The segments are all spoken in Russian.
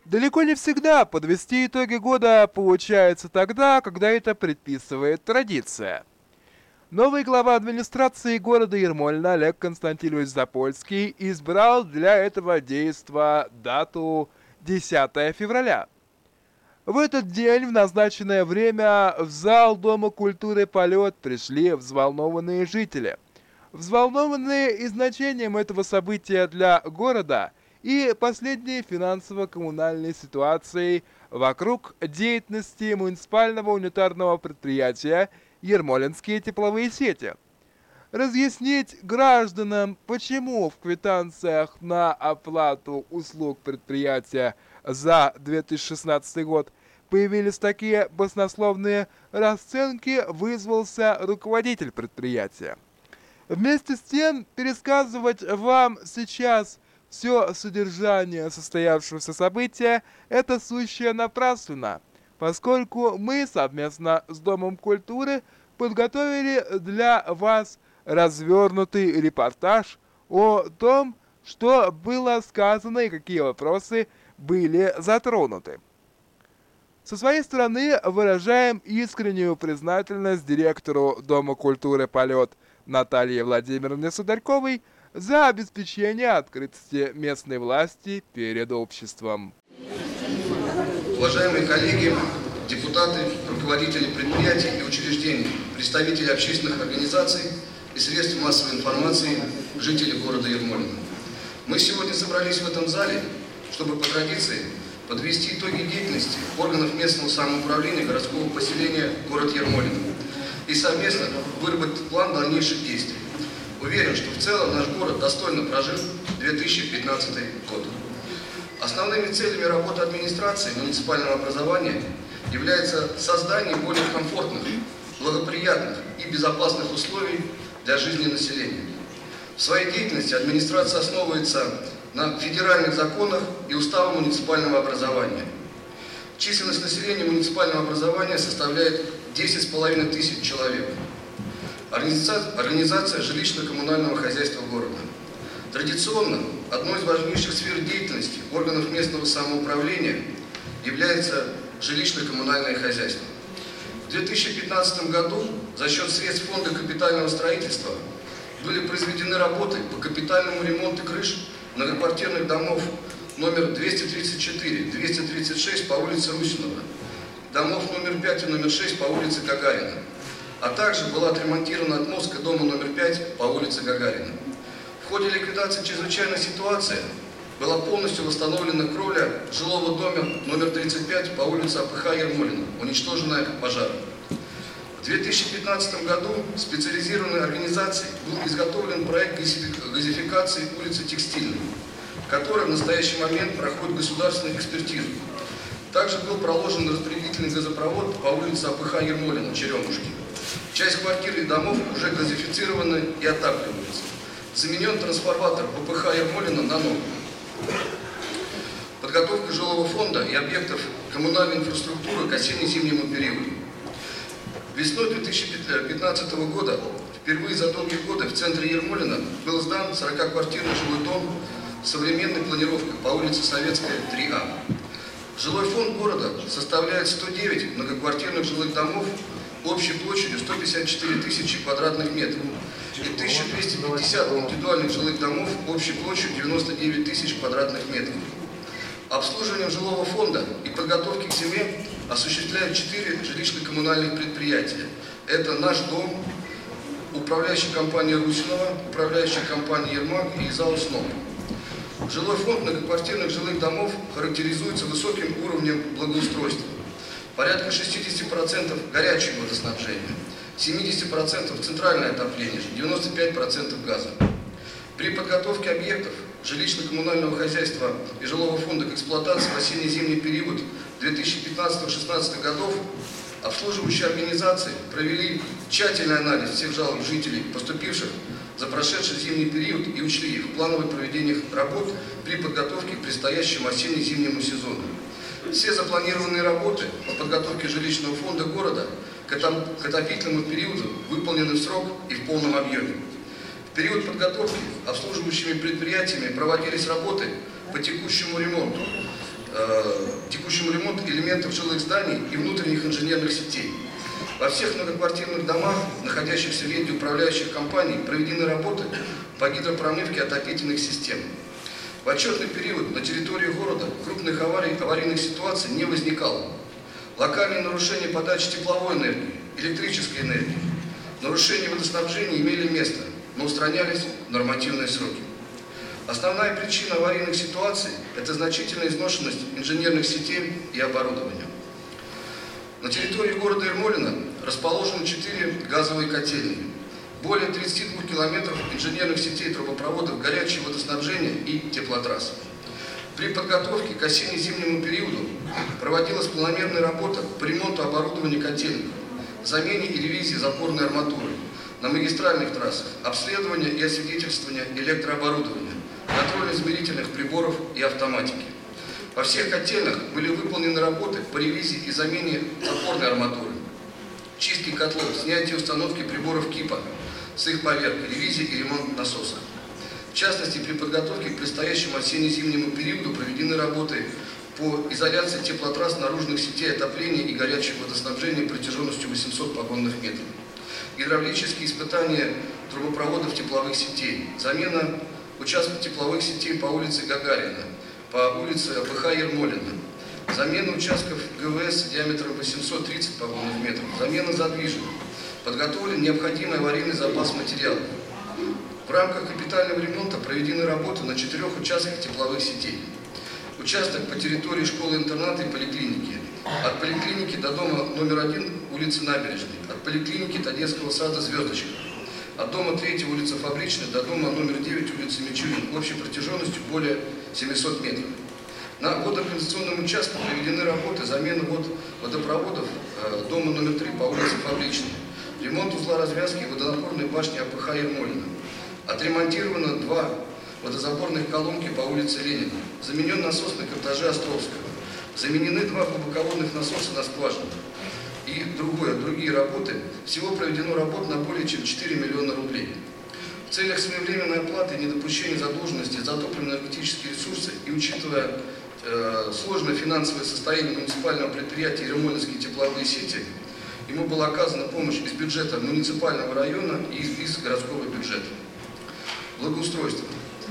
Далеко не всегда подвести итоги года получается тогда, когда это предписывает традиция. Новый глава администрации города Ермольна Олег Константинович Запольский избрал для этого действа дату 10 февраля. В этот день в назначенное время в зал Дома культуры «Полет» пришли взволнованные жители. Взволнованные и значением этого события для города и последней финансово-коммунальной ситуацией вокруг деятельности муниципального унитарного предприятия «Ермолинские тепловые сети». Разъяснить гражданам, почему в квитанциях на оплату услуг предприятия за 2016 год появились такие баснословные расценки, вызвался руководитель предприятия. Вместе с тем, пересказывать вам сейчас все содержание состоявшегося события – это сущая напраслина, поскольку мы совместно с Домом культуры подготовили для вас развернутый репортаж о том, что было сказано и какие вопросы были затронуты. Со своей стороны выражаем искреннюю признательность директору Дома культуры «Полет» Наталье Владимировне Сударьковой за обеспечение открытости местной власти перед обществом. Уважаемые коллеги, депутаты, руководители предприятий и учреждений, представители общественных организаций и средств массовой информации, жители города Ермолино. Мы сегодня собрались в этом зале, чтобы по традиции подвести итоги деятельности органов местного самоуправления городского поселения город Ермолино и совместно выработать план дальнейших действий. Уверен, что в целом наш город достойно прожил 2015 год. Основными целями работы администрации муниципального образования является создание более комфортных, благоприятных и безопасных условий для жизни населения. В своей деятельности администрация основывается на федеральных законах и уставе муниципального образования. Численность населения муниципального образования составляет 10,5 тысяч человек. Организация жилищно-коммунального хозяйства города. Традиционно одной из важнейших сфер деятельности органов местного самоуправления является жилищно-коммунальное хозяйство. В 2015 году за счет средств фонда капитального строительства были произведены работы по капитальному ремонту крыш многоквартирных домов номер 234, 236 по улице Русинова, домов номер 5 и номер 6 по улице Гагарина, а также была отремонтирована отмостка дома номер 5 по улице Гагарина. В ходе ликвидации чрезвычайной ситуации была полностью восстановлена кровля жилого дома номер 35 по улице АПХ Ермолино, уничтоженная пожаром. В 2015 году специализированной организацией был изготовлен проект газификации улицы Текстильной, который в настоящий момент проходит государственную экспертизу. Также был проложен распределительный газопровод по улице АПХ Ермолино, Черемушки. Часть квартир и домов уже газифицированы и отапливаются. Заменен трансформатор ППХ Ермолино на новый. Подготовка жилого фонда и объектов коммунальной инфраструктуры к осенне-зимнему периоду. Весной 2015 года, впервые за долгие годы, в центре Ермолино был сдан 40-квартирный жилой дом с современной планировкой по улице Советская, 3А. Жилой фонд города составляет 109 многоквартирных жилых домов общей площадью 154 тысячи квадратных метров и 1250 индивидуальных жилых домов общей площадью 99 тысяч квадратных метров. Обслуживанием жилого фонда и подготовки к зиме осуществляют 4 жилищно-коммунальных предприятия. Это «Наш дом», управляющая компания «Русинова», управляющая компания «Ермак» и ЗАО «СНОП». Жилой фонд многоквартирных жилых домов характеризуется высоким уровнем благоустройства. Порядка 60% горячего водоснабжения, 70% центральное отопление, 95% газа. При подготовке объектов жилищно-коммунального хозяйства и жилого фонда к эксплуатации в осенне-зимний период 2015-2016 годов обслуживающие организации провели тщательный анализ всех жалоб жителей, поступивших за прошедший зимний период, и учли их в плановое проведение работ при подготовке к предстоящему осенне-зимнему сезону. Все запланированные работы по подготовке жилищного фонда города к отопительному периоду выполнены в срок и в полном объеме. В период подготовки обслуживающими предприятиями проводились работы по текущему ремонту текущему ремонту элементов жилых зданий и внутренних инженерных сетей. Во всех многоквартирных домах, находящихся в ведении управляющих компаний, проведены работы по гидропромывке отопительных систем. В отчетный период на территории города крупных аварийных ситуаций не возникало. Локальные нарушения подачи тепловой энергии, электрической энергии, нарушения водоснабжения имели место, но устранялись в нормативные сроки. Основная причина аварийных ситуаций – это значительная изношенность инженерных сетей и оборудования. На территории города Ермолино расположены 4 газовые котельные, более 32 километров инженерных сетей трубопроводов горячего водоснабжения и теплотрасс. При подготовке к осенне-зимнему периоду проводилась планомерная работа по ремонту оборудования котельных, замене и ревизии запорной арматуры на магистральных трассах, обследование и освидетельствование электрооборудования, контрольно-измерительных приборов и автоматики. Во всех котельных были выполнены работы по ревизии и замене запорной арматуры, чистки котлов, снятие установки приборов КИПа с их поверкой, ревизия и ремонт насосов. В частности, при подготовке к предстоящему осенне-зимнему периоду проведены работы по изоляции теплотрасс наружных сетей отопления и горячего водоснабжения протяженностью 800 погонных метров. Гидравлические испытания трубопроводов тепловых сетей, замена участков тепловых сетей по улице Гагарина, по улице АПХ Ермолино, замена участков ГВС диаметром 830 погонных метров, замена задвижек, подготовлен необходимый аварийный запас материалов. В рамках капитального ремонта проведены работы на 4 участках тепловых сетей. Участок по территории школы-интерната и поликлиники. От поликлиники до дома номер 1 улицы Набережной, от поликлиники до детского сада «Звездочка», от дома 3 улицы Фабричной до дома номер 9 улицы Мичурин общей протяженностью более 700 метров. На водоканализационном участке проведены работы замены водопроводов дома номер 3 по улице Фабричной, ремонт узла развязки и водонапорной башни АПХ Ермолино. Отремонтировано 2 водозаборных колонки по улице Ленина, заменен насос на картаже Островского, заменены 2 глубоководных насоса на скважинах и другие работы. Всего проведено работ на более чем 4 миллиона рублей. В целях своевременной оплаты и недопущения задолженности за топливно-энергетические ресурсы и учитывая сложное финансовое состояние муниципального предприятия «Ермолинские тепловые сети», ему была оказана помощь из бюджета муниципального района и из городского бюджета. Благоустройство.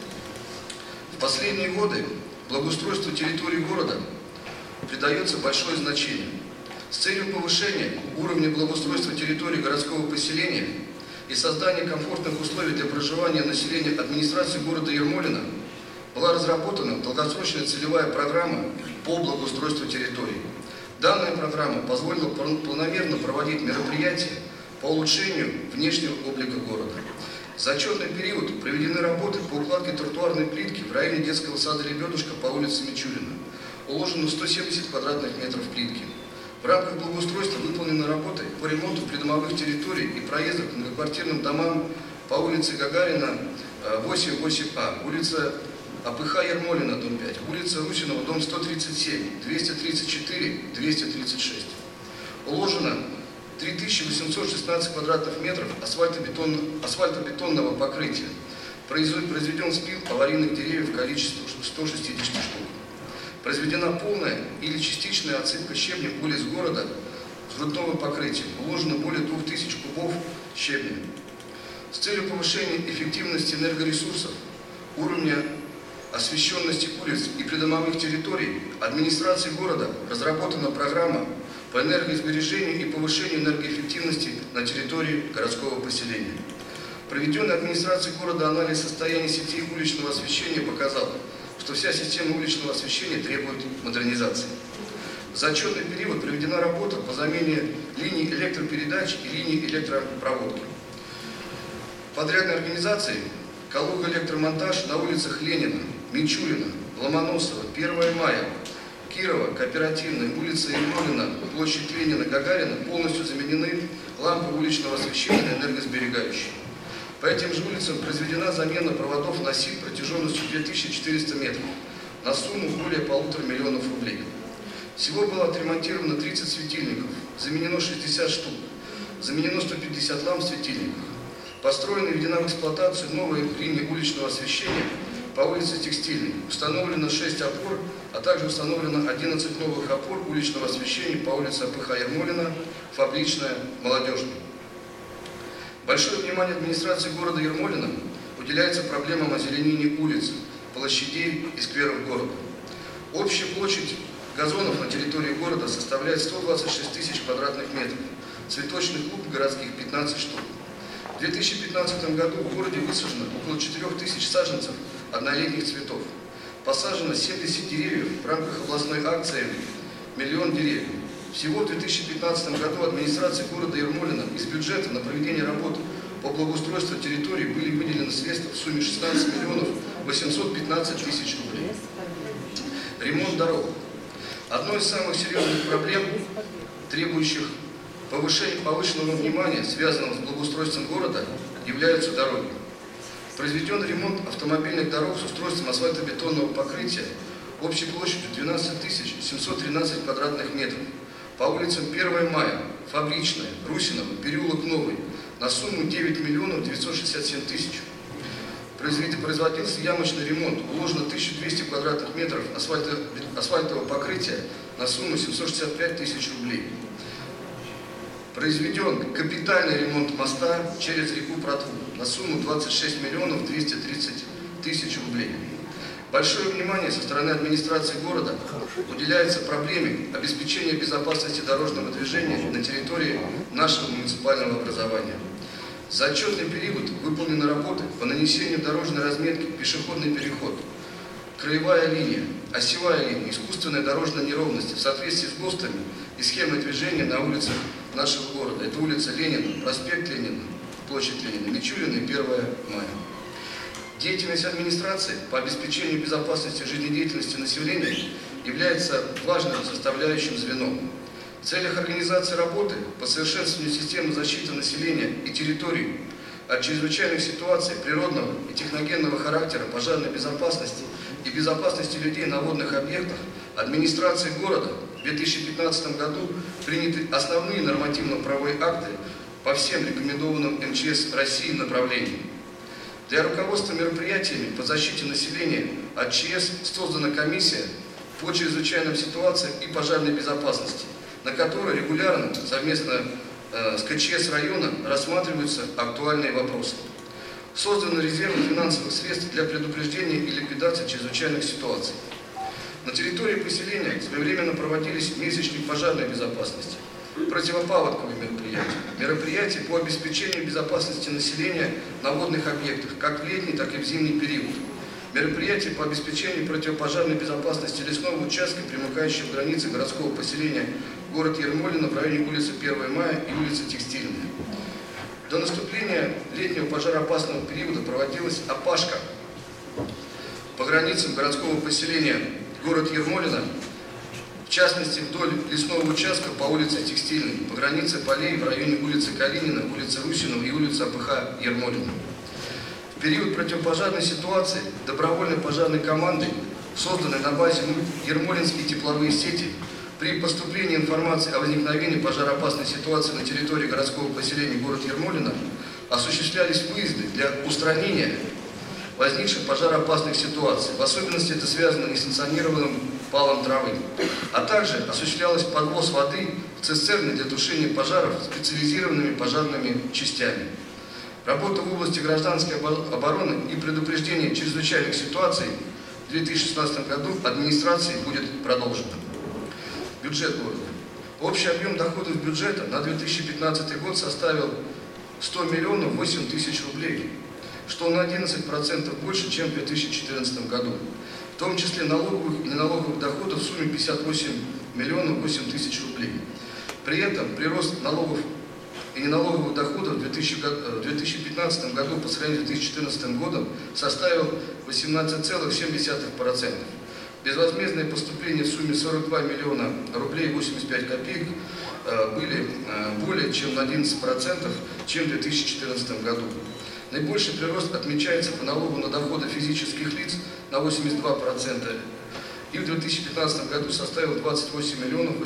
В последние годы благоустройству территории города придается большое значение. С целью повышения уровня благоустройства территории городского поселения и создания комфортных условий для проживания населения администрации города Ермолино была разработана долгосрочная целевая программа по благоустройству территории. Данная программа позволила планомерно проводить мероприятия по улучшению внешнего облика города. За отчетный период проведены работы по укладке тротуарной плитки в районе детского сада «Лебедушка» по улице Мичурина. Уложено 170 квадратных метров плитки. В рамках благоустройства выполнены работы по ремонту придомовых территорий и проездов к многоквартирным домам по улице Гагарина, 8А, улица АПХ Ермолино, дом 5, улица Русинова, дом 137, 234, 236. Уложено 3816 квадратных метров асфальтобетонного покрытия. Произведен спил аварийных деревьев в количестве 160 штук. Произведена полная или частичная отсыпка щебня улиц города с грунтовым покрытием. Уложено более 2000 кубов щебня. С целью повышения эффективности энергоресурсов, уровня освещенности улиц и придомовых территорий администрации города разработана программа по энергосбережению и повышению энергоэффективности на территории городского поселения. Проведенный администрацией города анализ состояния сетей уличного освещения показал, что вся система уличного освещения требует модернизации. За отчетный период проведена работа по замене линий электропередач и линий электропроводки. Подрядной организацией «Калуга-электромонтаж» на улицах Ленина, Мичурина, Ломоносова, 1 мая, Кирова, Кооперативная, улица Ермолино, площадь Ленина, Гагарина полностью заменены лампы уличного освещения на энергосберегающие. По этим же улицам произведена замена проводов на СИП протяженностью 2400 метров на сумму более 1,5 миллиона рублей. Всего было отремонтировано 30 светильников, заменено 60 штук, заменено 150 ламп в светильниках. Построена и введена в эксплуатацию новая линия уличного освещения по улице Текстильной установлено 6 опор, а также установлено 11 новых опор уличного освещения по улице АПХ Ермолина, Фабричная, Молодежная. Большое внимание администрации города Ермолина уделяется проблемам озеленения улиц, площадей и скверов города. Общая площадь газонов на территории города составляет 126 тысяч квадратных метров, цветочных клуб городских 15 штук. В 2015 году в городе высажено около 4000 саженцев однолетних цветов. Посажено 70 деревьев в рамках областной акции «Миллион деревьев». Всего в 2015 году администрации города Ермолина из бюджета на проведение работ по благоустройству территории были выделены средства в сумме 16 миллионов 815 тысяч рублей. Ремонт дорог. Одной из самых серьезных проблем, требующих повышенного внимания, связанного с благоустройством города, являются дороги. Произведен ремонт автомобильных дорог с устройством асфальтобетонного покрытия общей площадью 12 713 квадратных метров по улицам 1 Мая, Фабричная, Русинова, переулок Новый на сумму 9 миллионов 967 тысяч. Производился ямочный ремонт, уложено 1200 квадратных метров асфальтового покрытия на сумму 765 тысяч рублей. Произведен капитальный ремонт моста через реку Протву на сумму 26 миллионов 230 тысяч рублей. Большое внимание со стороны администрации города уделяется проблеме обеспечения безопасности дорожного движения на территории нашего муниципального образования. За отчетный период выполнены работы по нанесению дорожной разметки пешеходный переход, краевая линия, осевая линия, искусственная дорожная неровность в соответствии с ГОСТами и схемой движения на улицах нашего города. Это улица Ленина, проспект Ленина, площадь Ленина, Мичурина и 1 Мая. Деятельность администрации по обеспечению безопасности жизнедеятельности населения является важным составляющим звеном. В целях организации работы по совершенствованию системы защиты населения и территорий от чрезвычайных ситуаций природного и техногенного характера, пожарной безопасности и безопасности людей на водных объектах администрацией города в 2015 году приняты основные нормативно-правовые акты по всем рекомендованным МЧС России направлениям. Для руководства мероприятиями по защите населения от ЧС создана комиссия по чрезвычайным ситуациям и пожарной безопасности, на которой регулярно совместно с КЧС района рассматриваются актуальные вопросы. Созданы резервы финансовых средств для предупреждения и ликвидации чрезвычайных ситуаций. На территории поселения своевременно проводились месячник пожарной безопасности, противопаводковые мероприятия по обеспечению безопасности населения на водных объектах, как в летний, так и в зимний период. Мероприятия по обеспечению противопожарной безопасности лесного участка, примыкающего к границе городского поселения город Ермолино в районе улицы 1 Мая и улицы Текстильная. До наступления летнего пожароопасного периода проводилась опашка по границам городского поселения город Ермолино, в частности вдоль лесного участка по улице Текстильной, по границе полей в районе улицы Калинина, улицы Русинова и улицы АПХ Ермолина. В период противопожарной ситуации добровольной пожарной командой, созданной на базе Ермолинские тепловые сети, при поступлении информации о возникновении пожароопасной ситуации на территории городского поселения город Ермолино осуществлялись выезды для устранения возникших пожароопасных ситуаций. В особенности это связано с несанкционированным палом травы. А также осуществлялась подвоз воды в цистерны для тушения пожаров специализированными пожарными частями. Работа в области гражданской обороны и предупреждения чрезвычайных ситуаций в 2016 году администрацией будет продолжена. Бюджет города. Общий объем доходов бюджета на 2015 год составил 100 миллионов 8 тысяч рублей, что на 11% больше, чем в 2014 году. В том числе налоговых и неналоговых доходов в сумме 58 миллионов 8 тысяч рублей. При этом прирост налогов и неналоговых доходов в 2015 году по сравнению с 2014 годом составил 18,7%. Безвозмездные поступления в сумме 42 миллиона рублей 85 копеек были более чем на 11%, чем в 2014 году. Наибольший прирост отмечается по налогу на доходы физических лиц на 82%, и в 2015 году составил 28 миллионов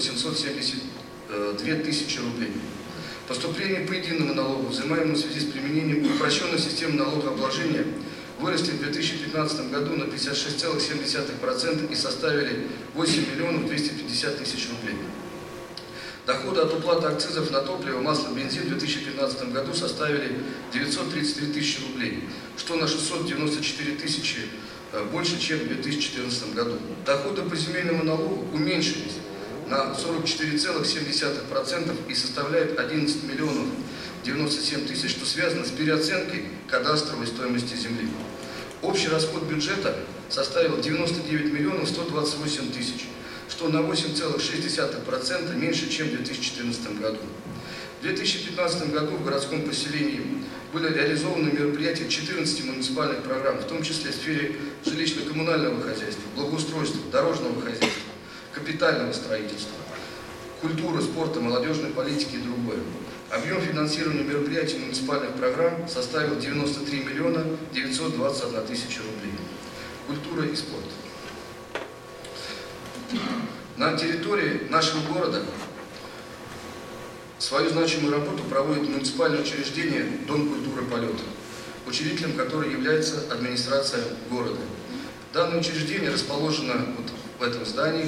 872 тысячи рублей. Поступление по единому налогу, взимаемому в связи с применением упрощенной системы налогообложения выросли в 2015 году на 56,7% и составили 8 миллионов 250 тысяч рублей. Доходы от уплаты акцизов на топливо, масло, бензин в 2015 году составили 933 тысячи рублей, что на 694 тысячи больше, чем в 2014 году. Доходы по земельному налогу уменьшились на 44,7% и составляют 11 миллионов 97 тысяч, что связано с переоценкой кадастровой стоимости земли. Общий расход бюджета составил 99 миллионов 128 тысяч, что на 8,6% меньше, чем в 2014 году. В 2015 году в городском поселении были реализованы мероприятия 14 муниципальных программ, в том числе в сфере жилищно-коммунального хозяйства, благоустройства, дорожного хозяйства, капитального строительства, культуры, спорта, молодежной политики и другое. Объем финансирования мероприятий муниципальных программ составил 93 миллиона 921 тысяча рублей. Культура и спорт. На территории нашего города свою значимую работу проводит муниципальное учреждение «Дом культуры полета», учредителем которой является администрация города. Данное учреждение расположено в этом здании,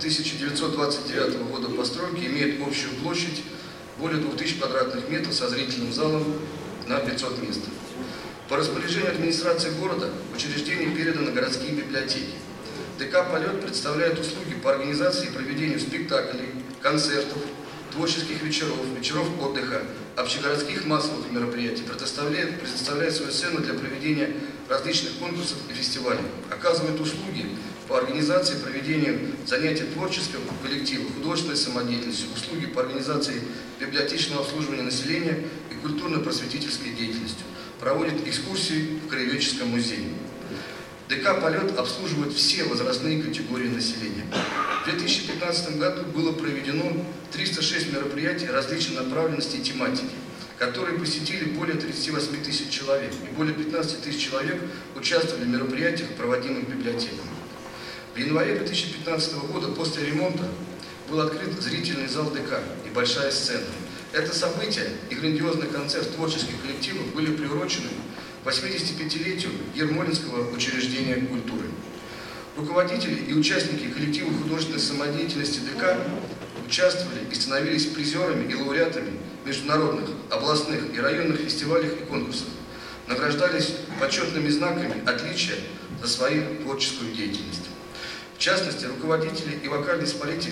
1929 года постройки, имеет общую площадь более 2000 квадратных метров со зрительным залом на 500 мест. По распоряжению администрации города учреждению переданы городские библиотеки. ДК «Полет» представляет услуги по организации и проведению спектаклей, концертов, творческих вечеров, вечеров отдыха, общегородских массовых мероприятий, предоставляет свою сцену для проведения различных конкурсов и фестивалей, оказывает услуги по организации и проведению занятий творческого коллектива, художественной самодеятельности, услуги по организации библиотечного обслуживания населения и культурно-просветительской деятельностью, проводит экскурсии в краеведческом музее. ДК «Полет» обслуживает все возрастные категории населения. В 2015 году было проведено 306 мероприятий различной направленности и тематики, которые посетили более 38 тысяч человек, и более 15 тысяч человек участвовали в мероприятиях, проводимых библиотеками. В январе 2015 года после ремонта был открыт зрительный зал ДК и большая сцена. Это событие и грандиозный концерт творческих коллективов были приурочены к 85-летию Ермолинского учреждения культуры. Руководители и участники коллектива художественной самодеятельности ДК участвовали и становились призерами и лауреатами международных, областных и районных фестивалей и конкурсов, награждались почетными знаками отличия за свою творческую деятельность. В частности, руководители и вокальный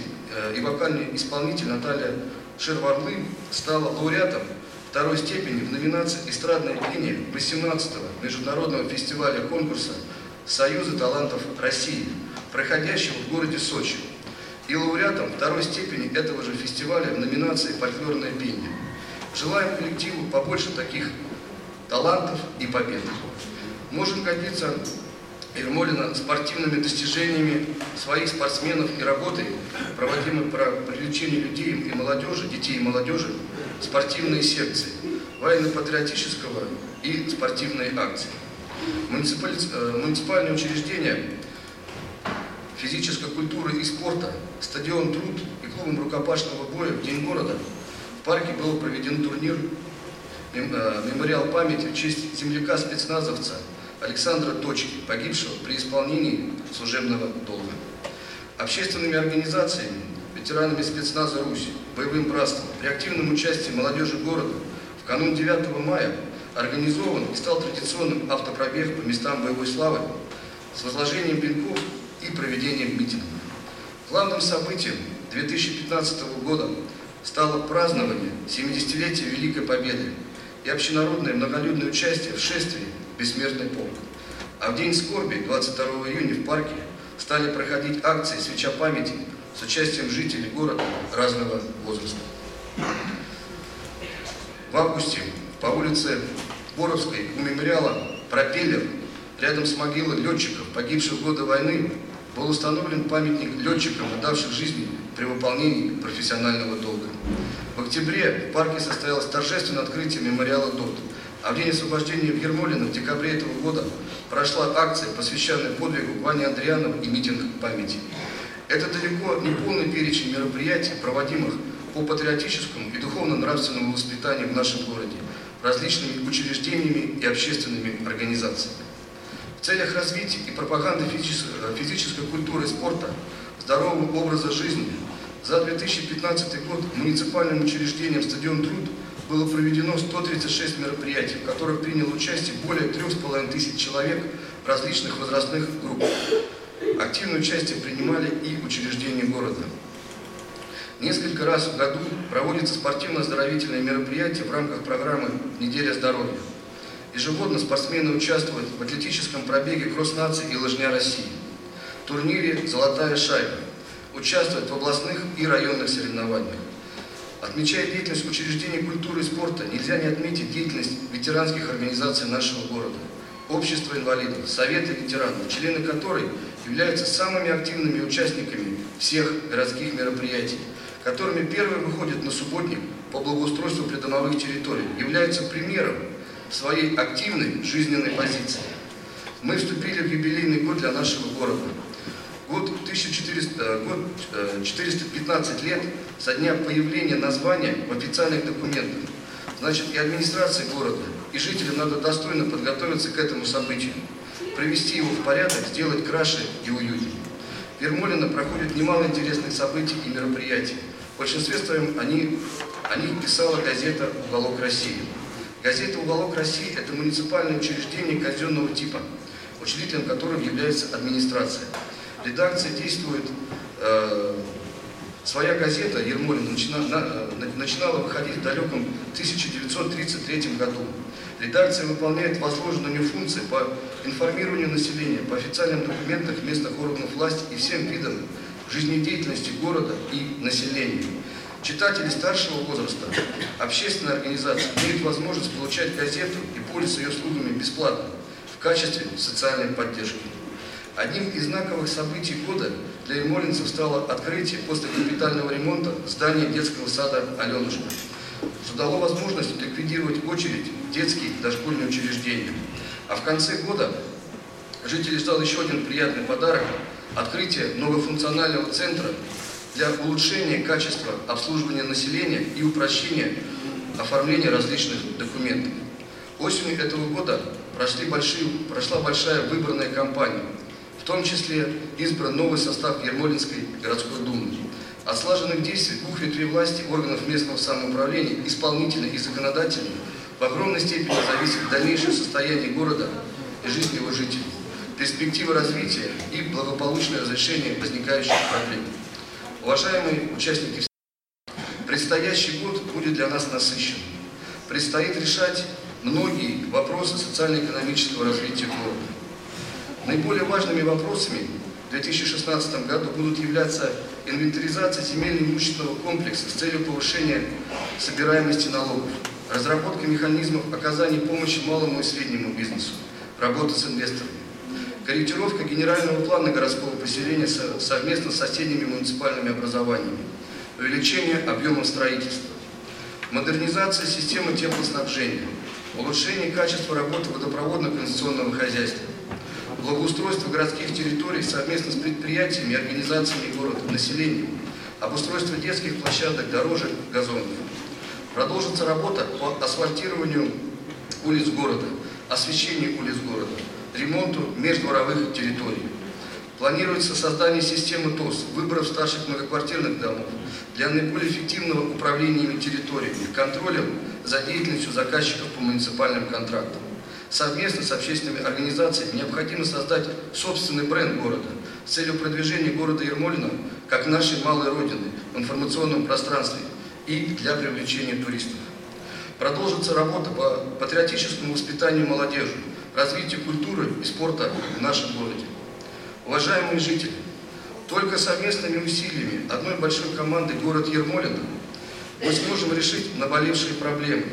исполнитель Наталья Шерварлы стала лауреатом второй степени в номинации «Эстрадное пение» 18-го международного фестиваля конкурса Союза талантов России, проходящего в городе Сочи, и лауреатом второй степени этого же фестиваля в номинации «Фольклорное пение». Желаем коллективу побольше таких талантов и побед. Может гордиться Ермолино спортивными достижениями своих спортсменов и работой, проводимой по привлечению детей и молодежи, спортивные секции, военно-патриотического и спортивные акции. Муниципальное учреждение физической культуры и спорта, стадион «Труд» и клубом рукопашного боя в День города в парке был проведен турнир «Мемориал памяти» в честь земляка-спецназовца Александра Точки, погибшего при исполнении служебного долга. Общественными организациями, ветеранами спецназа «Русь», боевым братством, при активном участии молодежи города в канун 9 мая организован и стал традиционным автопробег по местам боевой славы с возложением венков и проведением митингов. Главным событием 2015 года стало празднование 70-летия Великой Победы и общенародное многолюдное участие в шествии «Бессмертный полк». А в день скорби, 22 июня, в парке стали проходить акции «Свеча памяти» с участием жителей города разного возраста. В августе по улице Боровской у мемориала «Пропеллер» рядом с могилой летчиков, погибших в годы войны, был установлен памятник летчикам, отдавших жизни при выполнении профессионального долга. В октябре в парке состоялось торжественное открытие мемориала ДОТ, а в день освобождения в Ермолино в декабре этого года прошла акция, посвященная подвигу Вани Андрианова и митинг памяти. Это далеко не полный перечень мероприятий, проводимых по патриотическому и духовно-нравственному воспитанию в нашем городе различными учреждениями и общественными организациями. В целях развития и пропаганды физической культуры и спорта, здорового образа жизни за 2015 год муниципальным учреждением «Стадион Труд» было проведено 136 мероприятий, в которых приняло участие более 3500 человек в различных возрастных группах. Активное участие принимали и учреждения города. Несколько раз в году проводятся спортивно-оздоровительные мероприятия в рамках программы «Неделя здоровья». Ежегодно спортсмены участвуют в атлетическом пробеге «Кросс нации» и «Лыжня России», турнире «Золотая шайба», участвуют в областных и районных соревнованиях. Отмечая деятельность учреждений культуры и спорта, нельзя не отметить деятельность ветеранских организаций нашего города. Общество инвалидов, Советы ветеранов, члены которой являются самыми активными участниками всех городских мероприятий, которыми первые выходят на субботник по благоустройству придомовых территорий, являются примером своей активной жизненной позиции. Мы вступили в юбилейный год для нашего города. Год 415 лет со дня появления названия в официальных документах. Значит, и администрации города, и жителям надо достойно подготовиться к этому событию, привести его в порядок, сделать краше и уютнее. В Ермолино проходит немало интересных событий и мероприятий. В большинстве своем о них писала газета «Уголок России». Газета «Уголок России» – это муниципальное учреждение казенного типа, учредителем которого является администрация. В редакции действует своя газета «Ермолино» начинала выходить в далеком 1933 году. Редакция выполняет возложенные у нее функции по информированию населения, по официальным документам местных органов власти и всем видам жизнедеятельности города и населения. Читатели старшего возраста, общественные организации имеют возможность получать газету и пользоваться ее услугами бесплатно в качестве социальной поддержки. Одним из знаковых событий года для ермолинцев стало открытие после капитального ремонта здания детского сада «Аленушка», что дало возможность ликвидировать очередь в детские дошкольные учреждения. А в конце года жителей ждал еще один приятный подарок – открытие многофункционального центра для улучшения качества обслуживания населения и упрощения оформления различных документов. Осенью этого года прошла большая выборная кампания. В том числе избран новый состав Ермолинской городской думы. От слаженных действий двух ветвей власти, органов местного самоуправления, исполнительной и законодательной, в огромной степени зависит дальнейшее состояние города и жизнь его жителей, перспективы развития и благополучное разрешение возникающих проблем. Уважаемые участники, предстоящий год будет для нас насыщен. Предстоит решать многие вопросы социально-экономического развития города. Наиболее важными вопросами в 2016 году будут являться инвентаризация земельно-имущественного комплекса с целью повышения собираемости налогов, разработка механизмов оказания помощи малому и среднему бизнесу, работа с инвесторами, корректировка генерального плана городского поселения совместно с соседними муниципальными образованиями, увеличение объема строительства, модернизация системы теплоснабжения, улучшение качества работы водопроводно-канализационного хозяйства, благоустройство городских территорий совместно с предприятиями и организациями города, населением, обустройство детских площадок, дорожек, газонов. Продолжится работа по асфальтированию улиц города, освещению улиц города, ремонту междворовых территорий. Планируется создание системы ТОС, выборов старших многоквартирных домов для наиболее эффективного управления территориями, контролем за деятельностью заказчиков по муниципальным контрактам. Совместно с общественными организациями необходимо создать собственный бренд города с целью продвижения города Ермолино как нашей малой родины в информационном пространстве и для привлечения туристов. Продолжится работа по патриотическому воспитанию молодежи, развитию культуры и спорта в нашем городе. Уважаемые жители, только совместными усилиями одной большой команды город Ермолино мы сможем решить наболевшие проблемы,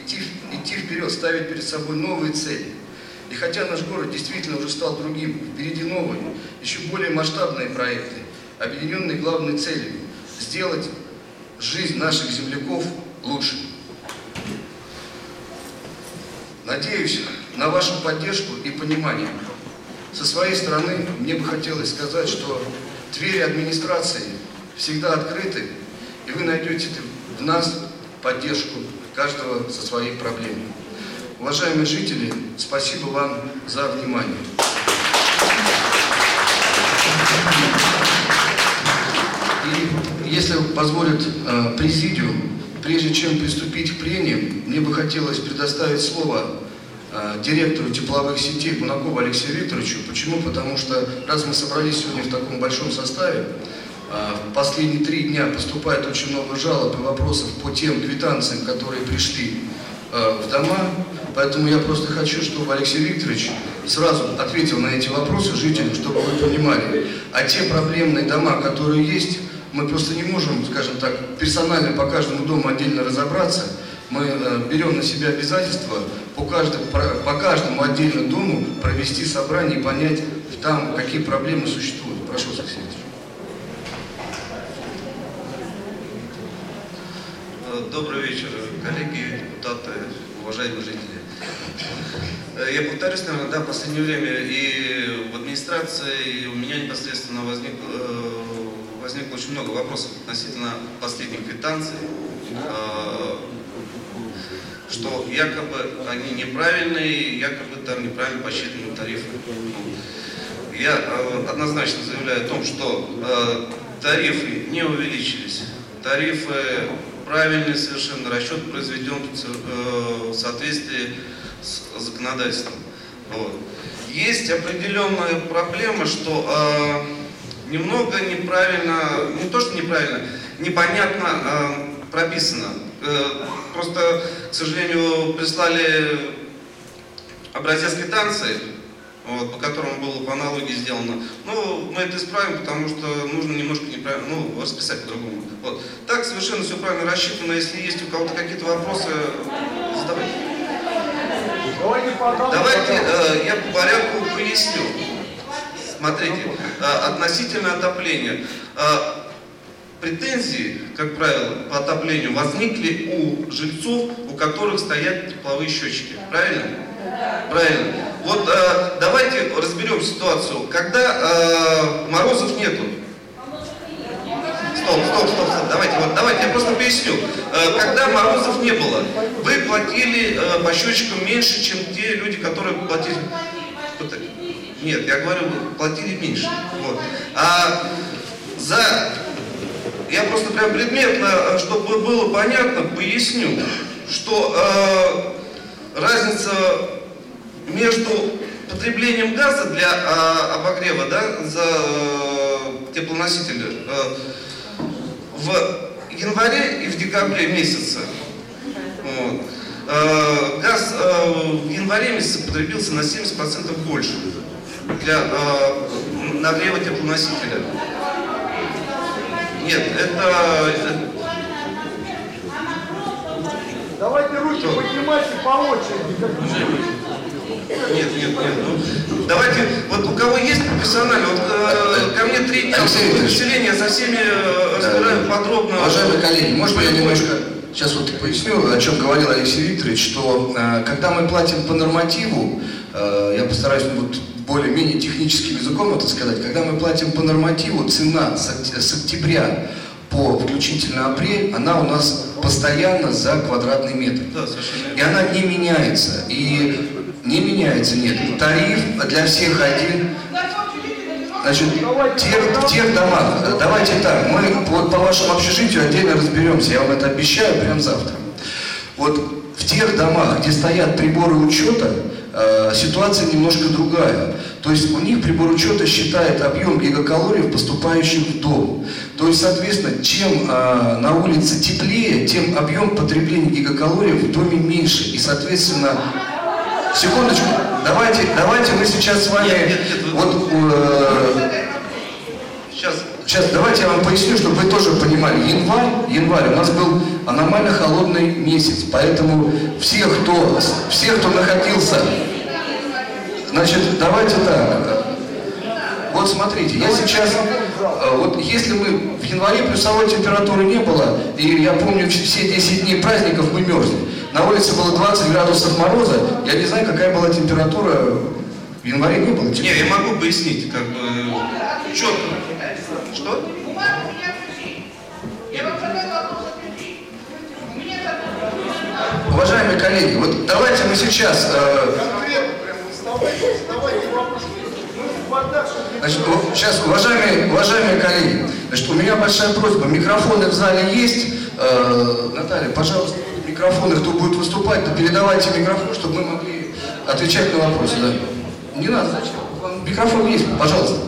идти вперед, ставить перед собой новые цели. И хотя наш город действительно уже стал другим, впереди новые, еще более масштабные проекты, объединенные главной целью – сделать жизнь наших земляков лучше. Надеюсь на вашу поддержку и понимание. Со своей стороны мне бы хотелось сказать, что двери администрации всегда открыты, и вы найдете в нас поддержку каждого со своей проблемой. Уважаемые жители, спасибо вам за внимание. И если позволит президиум, прежде чем приступить к прениям, мне бы хотелось предоставить слово директору тепловых сетей Бунакову Алексею Викторовичу. Почему? Потому что раз мы собрались сегодня в таком большом составе, в последние 3 дня поступает очень много жалоб и вопросов по тем квитанциям, которые пришли в дома. Поэтому я просто хочу, чтобы Алексей Викторович сразу ответил на эти вопросы жителям, чтобы вы понимали. А те проблемные дома, которые есть, мы просто не можем, скажем так, персонально по каждому дому отдельно разобраться. Мы берем на себя обязательство по каждому отдельному дому провести собрание и понять там, какие проблемы существуют. Прошу, Алексей Викторович. Добрый вечер, коллеги, депутаты, уважаемые жители. Я повторюсь, наверное, да, в последнее время и в администрации, и у меня непосредственно возникло очень много вопросов относительно последних квитанций, что якобы они неправильные, якобы там неправильно посчитаны тарифы. Я однозначно заявляю о том, что тарифы не увеличились, тарифы правильный совершенно, расчет произведен в соответствии с законодательством. Вот. Есть определенная проблема, что немного неправильно, не то что неправильно, непонятно прописано. Просто, к сожалению, прислали образец квитанции, вот, по которому было по аналогии сделано. Ну, мы это исправим, потому что нужно немножко неправильно, расписать по-другому. Вот. Так совершенно все правильно рассчитано. Если есть у кого-то какие-то вопросы, задавайте. Давайте я по порядку поясню. Смотрите, относительно отопления. Претензии, как правило, по отоплению возникли у жильцов, у которых стоят тепловые счетчики. Правильно? Правильно. Вот давайте разберем ситуацию. Когда морозов нету. Стоп. Давайте я просто поясню. Когда морозов не было, вы платили по счетчикам меньше, чем те люди, которые платили. Нет, я говорю, платили меньше. Вот. Я просто прям предметно, чтобы было понятно, поясню, что разница между потреблением газа для обогрева, да, за теплоносители в январе и в декабре месяце. Вот. Газ в январе месяце потребился на 70% больше для нагрева теплоносителя. Нет, это... Давайте руки поднимайте по очереди. Нет. Давайте, вот у кого есть профессионально, вот ко мне 3 дня населения, со всеми разбираю подробно. Уважаемые коллеги, может быть, я немножко сейчас вот поясню, о чем говорил Алексей Викторович, что когда мы платим по нормативу, я постараюсь более-менее техническим языком это сказать, когда мы платим по нормативу, цена с октября по включительно апрель, она у нас постоянно за квадратный метр. Да, совершенно. И она не меняется. И не меняется, нет. Тариф для всех один. Значит, в тех домах, давайте так, мы вот по вашему общежитию отдельно разберемся, я вам это обещаю прямо завтра. Вот в тех домах, где стоят приборы учета, ситуация немножко другая. То есть у них прибор учета считает объем гигакалорий, поступающих в дом. То есть, соответственно, чем на улице теплее, тем объем потребления гигакалорий в доме меньше. И, соответственно, секундочку, давайте мы сейчас с вами... Сейчас давайте я вам поясню, чтобы вы тоже понимали. Январь у нас был аномально холодный месяц, поэтому все, кто находился... Значит, давайте так. Вот смотрите, я сейчас... Вот если мы в январе плюсовой температуры не было, и я помню, все 10 дней праздников мы мерзли. На улице было 20 градусов мороза, я не знаю, какая была температура. В январе не было. Не, я могу пояснить, как бы, четко. Что? Уважаемые коллеги, вот давайте мы сейчас... Значит, сейчас, уважаемые коллеги, значит, у меня большая просьба. Микрофоны в зале есть. Наталья, пожалуйста, микрофоны, кто будет выступать, то передавайте микрофон, чтобы мы могли отвечать на вопросы. Да. Не надо, зачем? Микрофон есть, пожалуйста.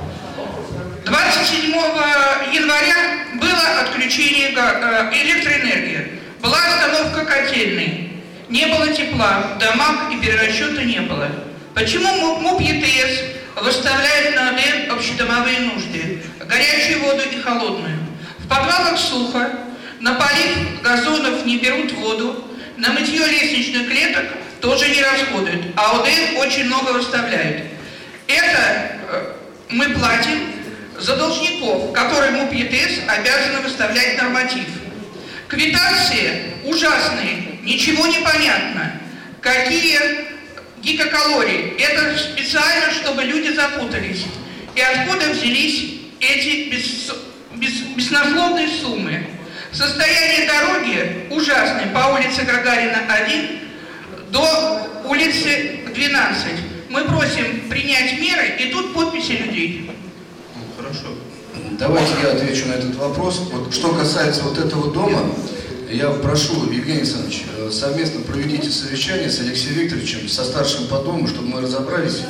27 января было отключение электроэнергии. Была остановка котельной. Не было тепла в домах и перерасчета не было. Почему МУП ЕТС выставляет на АДН общедомовые нужды, горячую воду и холодную? В подвалах сухо, на полив газонов не берут воду, на мытье лестничных клеток тоже не расходуют, а ОДН очень много выставляет. Это мы платим за должников, которым МУП ЕТС обязаны выставлять норматив. Квитанции ужасные, ничего не понятно. Какие гигакалории? Это специально, чтобы люди запутались. И откуда взялись эти беснословные суммы? Состояние дороги ужасное по улице Гагарина 1 до улицы 12. Мы просим принять меры, и тут подписи людей. Хорошо. Давайте я отвечу на этот вопрос. Вот, что касается вот этого дома, я прошу, Евгений Александрович, совместно проведите совещание с Алексеем Викторовичем, со старшим по дому, чтобы мы разобрались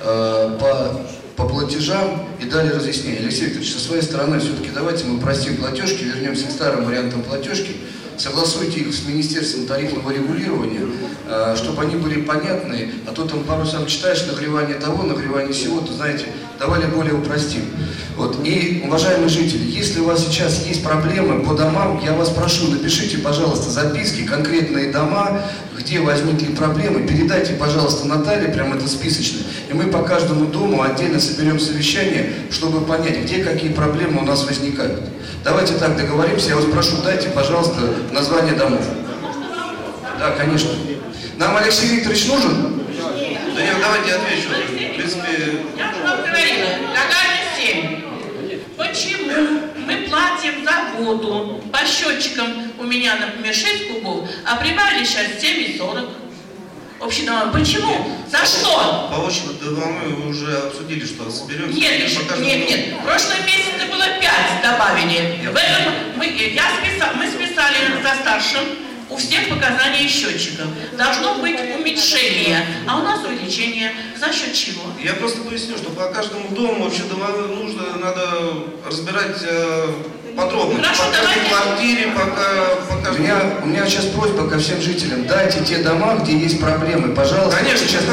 по платежам и дали разъяснение. Алексей Викторович, со своей стороны все-таки давайте мы упростим платежки, вернемся к старым вариантам платежки, согласуйте их с Министерством тарифного регулирования, чтобы они были понятны, а то там пару сам читаешь нагревание того, нагревание всего, то знаете, давали более упростим. Вот. И, уважаемые жители, если у вас сейчас есть проблемы по домам, я вас прошу, напишите, пожалуйста, записки, конкретные дома, где возникли проблемы, передайте, пожалуйста, Наталье, прям это списочно, и мы по каждому дому отдельно соберем совещание, чтобы понять, где какие проблемы у нас возникают. Давайте так договоримся, я вас прошу, дайте, пожалуйста, название домов. Да, конечно. Нам Алексей Викторович нужен? Да нет, давайте я отвечу. В принципе... Я же вам говорила, Гагарина 7. Почему мы платим за воду по счетчикам? У меня, например, 6 кубов, а прибавили сейчас 7,40. Общедомовой. Почему? За что? По общедомовой мы уже обсудили, что соберем. Нет. В прошлом месяце было 5 добавили. В этом мы списали за старшим. У всех показания счетчиков. Должно быть уменьшение, а у нас увеличение. За счет чего? Я просто поясню, что по каждому дому вообще надо разбирать подробно. Хорошо, по каждой квартире, по каждому... У меня сейчас просьба ко всем жителям. Дайте те дома, где есть проблемы, пожалуйста. Конечно, сейчас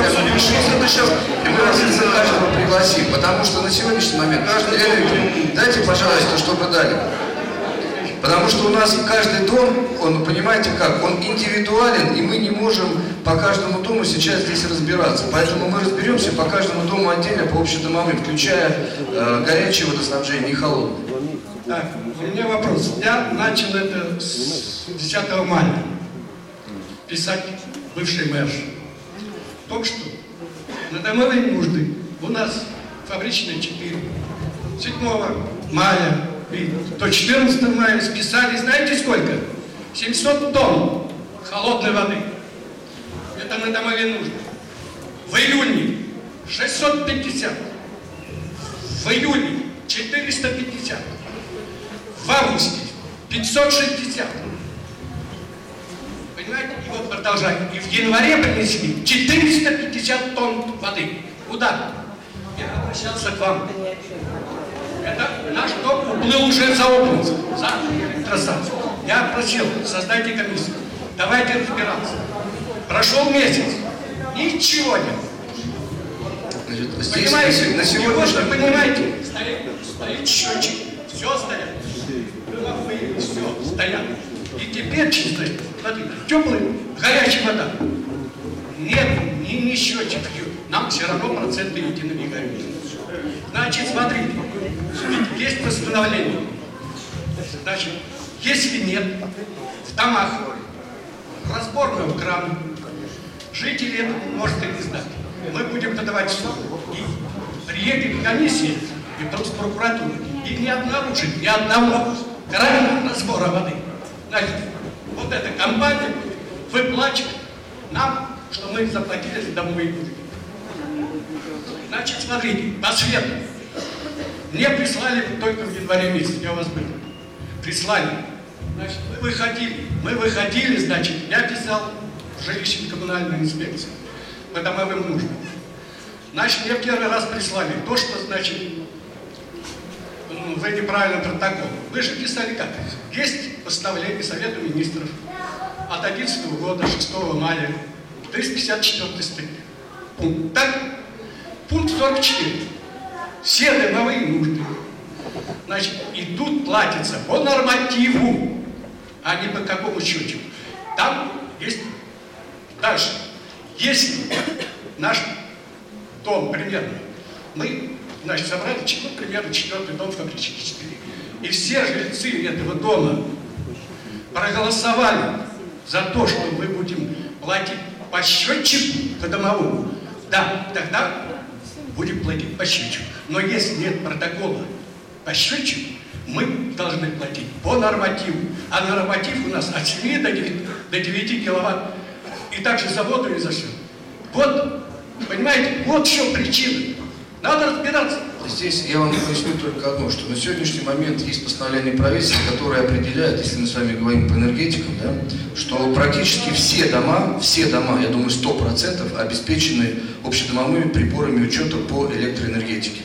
мы вас из каждого пригласим, потому что на сегодняшний момент дайте, пожалуйста, чтобы дали. Потому что у нас каждый дом, он, понимаете как, он индивидуален, и мы не можем по каждому дому сейчас здесь разбираться. Поэтому мы разберемся по каждому дому отдельно, по общедомовым, включая горячее водоснабжение и холодное. Так, у меня вопрос. Я начал это с 10 мая писать бывший мэр. Только что на домовые нужды у нас фабричные 4. 7 мая и до 14 мая списали, знаете сколько? 700 тонн холодной воды. Это на домовые нужды. В июне 650. В июле 450. В августе 560. Понимаете? И вот продолжаем. И в январе принесли 450 тонн воды. Куда? Я обращался к вам. Это наш дом уплыл уже за Обнинск, за электростанцию. Я просил, создайте комиссию. Давайте разбираться. Прошел месяц. Ничего нет. Значит, Понимаете? на сегодняшний... Вы понимаете? Стоит счетчик. Все стоят. Все стоят. И теперь чисто, смотрите, теплая, горячая вода. Нет, не счетчик пьют. Нам все равно проценты эти набегают. Значит, смотрите, есть постановление. Значит, если нет в домах разборного крана, жители это может и не знать. Мы будем подавать в суд. И приедет комиссия, и потом с прокуратурой, и не обнаружит ни одного крана разбора воды. Значит, вот эта компания выплачивает нам, что мы заплатили за домовые нужды. Значит, смотрите, по свету. Мне прислали только в январе месяце, я у вас был. Прислали. Значит, мы выходили, значит, я писал в жилищно-коммунальную инспекцию по домовым нуждам. Значит, мне первый раз прислали то, что, значит, вы неправильно протокол. Вы же писали как? Есть постановление Совета Министров от 2011 года, 6 мая, 354 статья. Пункт. Так, пункт 44. Все домовые нужды, значит, и тут платится по нормативу, а не по какому счетчику. Там есть дальше. Если наш дом примерно, мы, значит, собрали примерно 4-й дом фабрический, и все жильцы этого дома проголосовали за то, что мы будем платить по счетчику, по домовому, да, тогда будем платить по счетчику. Но если нет протокола по счетчику, мы должны платить по нормативу. А норматив у нас от 7 до 9 киловатт. И также за воду и за все. Вот, понимаете, вот в чем причина. Надо разбираться. Здесь я вам поясню только одно, что на сегодняшний момент есть постановление правительства, которое определяет, если мы с вами говорим по энергетикам, да, что практически все дома, я думаю, 100% обеспечены общедомовыми приборами учета по электроэнергетике.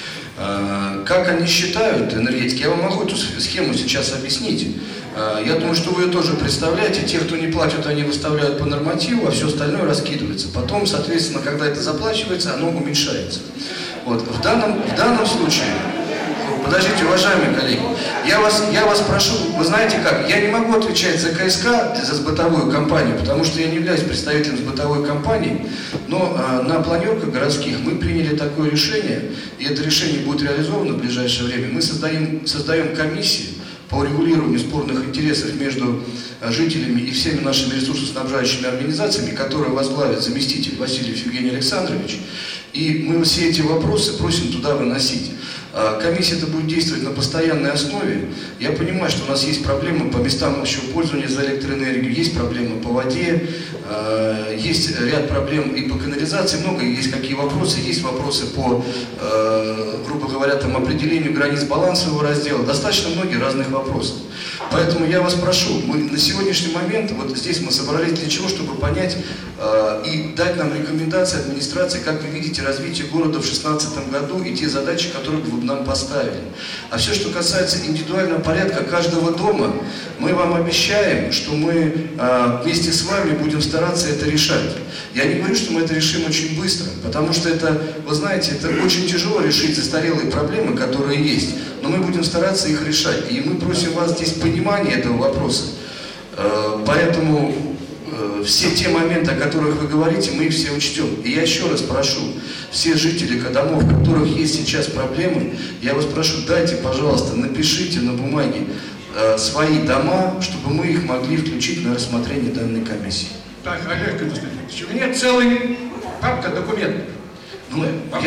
Как они считают энергетики, я вам могу эту схему сейчас объяснить. Я думаю, что вы ее тоже представляете. Те, кто не платят, они выставляют по нормативу, а все остальное раскидывается. Потом, соответственно, когда это заплачивается, оно уменьшается. Вот. В данном случае, подождите, уважаемые коллеги, я вас прошу, вы знаете как, я не могу отвечать за КСК, за сбытовую компанию, потому что я не являюсь представителем сбытовой компании, но на планерках городских мы приняли такое решение, и это решение будет реализовано в ближайшее время. Мы создаем комиссию по урегулированию спорных интересов между жителями и всеми нашими ресурсоснабжающими организациями, которые возглавит заместитель Васильев Евгений Александрович. И мы все эти вопросы просим туда выносить. Комиссия это будет действовать на постоянной основе. Я понимаю, что у нас есть проблемы по местам общего пользования за электроэнергию, есть проблемы по воде, есть ряд проблем и по канализации, много есть какие вопросы. Есть вопросы по, грубо говоря, там, определению границ балансового раздела, достаточно многие разных вопросов. Поэтому я вас прошу, мы на сегодняшний момент, вот здесь мы собрались для чего, чтобы понять и дать нам рекомендации администрации, как вы видите развитие города в 2016 году и те задачи, которые вы нам поставили. А все, что касается индивидуального порядка каждого дома, мы вам обещаем, что мы вместе с вами будем стараться это решать. Я не говорю, что мы это решим очень быстро, потому что это, вы знаете, это очень тяжело решить застарелые проблемы, которые есть, но мы будем стараться их решать. И мы просим вас здесь понимания этого вопроса. Поэтому все те моменты, о которых вы говорите, мы их все учтем. И я еще раз прошу, все жители домов, у которых есть сейчас проблемы, я вас прошу, дайте, пожалуйста, напишите на бумаге свои дома, чтобы мы их могли включить на рассмотрение данной комиссии. Так, Олег Константинович, у меня целая папка документов. Мы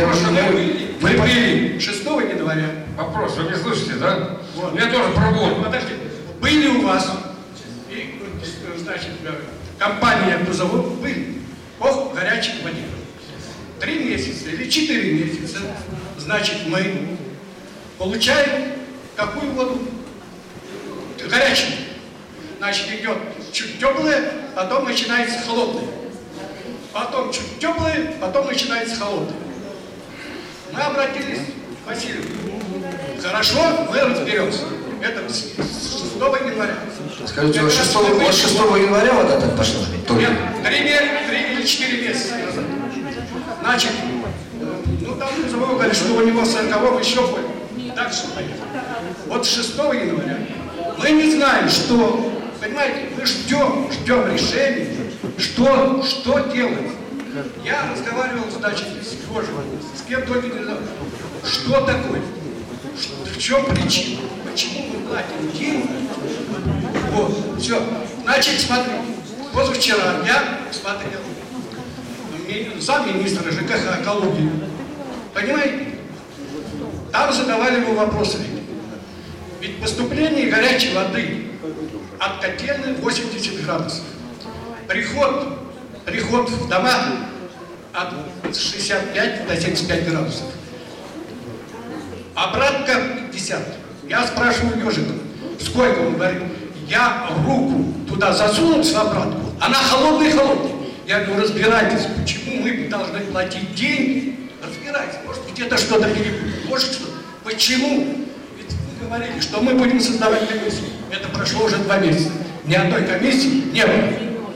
были 6 января. Вопрос, вы не слышите, да? Вот. Я тоже пробовал. Подожди, были у вас, и, значит, компания «Грузовод» были по горячей воде. 3 месяца или 4 месяца, значит, мы получаем какую воду? Горячую. Значит, идет чуть теплая, потом начинается холодная. Потом чуть теплая, потом начинается холодная. Мы обратились к Василию. Хорошо, мы разберемся. Это с 6 января. Скажите, у вас 6 января вода так пошла? Нет, 3 или 4 месяца назад. Значит, ну там говорили, что у него 40-го еще будет. Дальше поехали. Вот 6 января мы не знаем, что, понимаете, мы ждем решения, что делать. Я разговаривал, значит, с кем только не знаю, что такое, в чем причина, почему мы платим деньги. Вот, все. Значит, смотри, позавчера я смотрел замминистра ЖКХ экологии. Понимаете? Там задавали ему вопросы. Ведь поступление горячей воды от котельной 80 градусов. Приход в дома от 65 до 75 градусов. Обратка 50. Я спрашиваю ежика, сколько? Он говорит, я руку туда засунул в обратку, она холодная. Я говорю, разбирайтесь, почему мы должны платить деньги? Разбирайтесь, может быть, это что-то перепутано, может что-то. Почему? Ведь вы говорили, что мы будем создавать комиссию. Это прошло уже 2 месяца. Ни одной комиссии не было.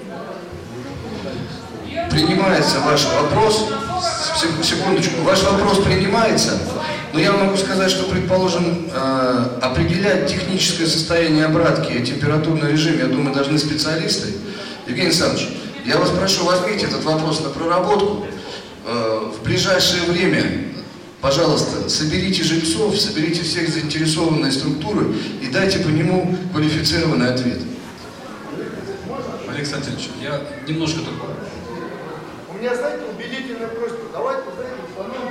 Принимается ваш вопрос. Секундочку. Ваш вопрос принимается. Но я могу сказать, что, предположим, определять техническое состояние обратки и температурный режим, я думаю, должны специалисты. Евгений Александрович, я вас прошу, возьмите этот вопрос на проработку. В ближайшее время, пожалуйста, соберите жильцов, соберите всех заинтересованные структуры и дайте по нему квалифицированный ответ. Александр Ильич, я немножко только... У меня, знаете, убедительная просьба. Давайте, знаете, установим,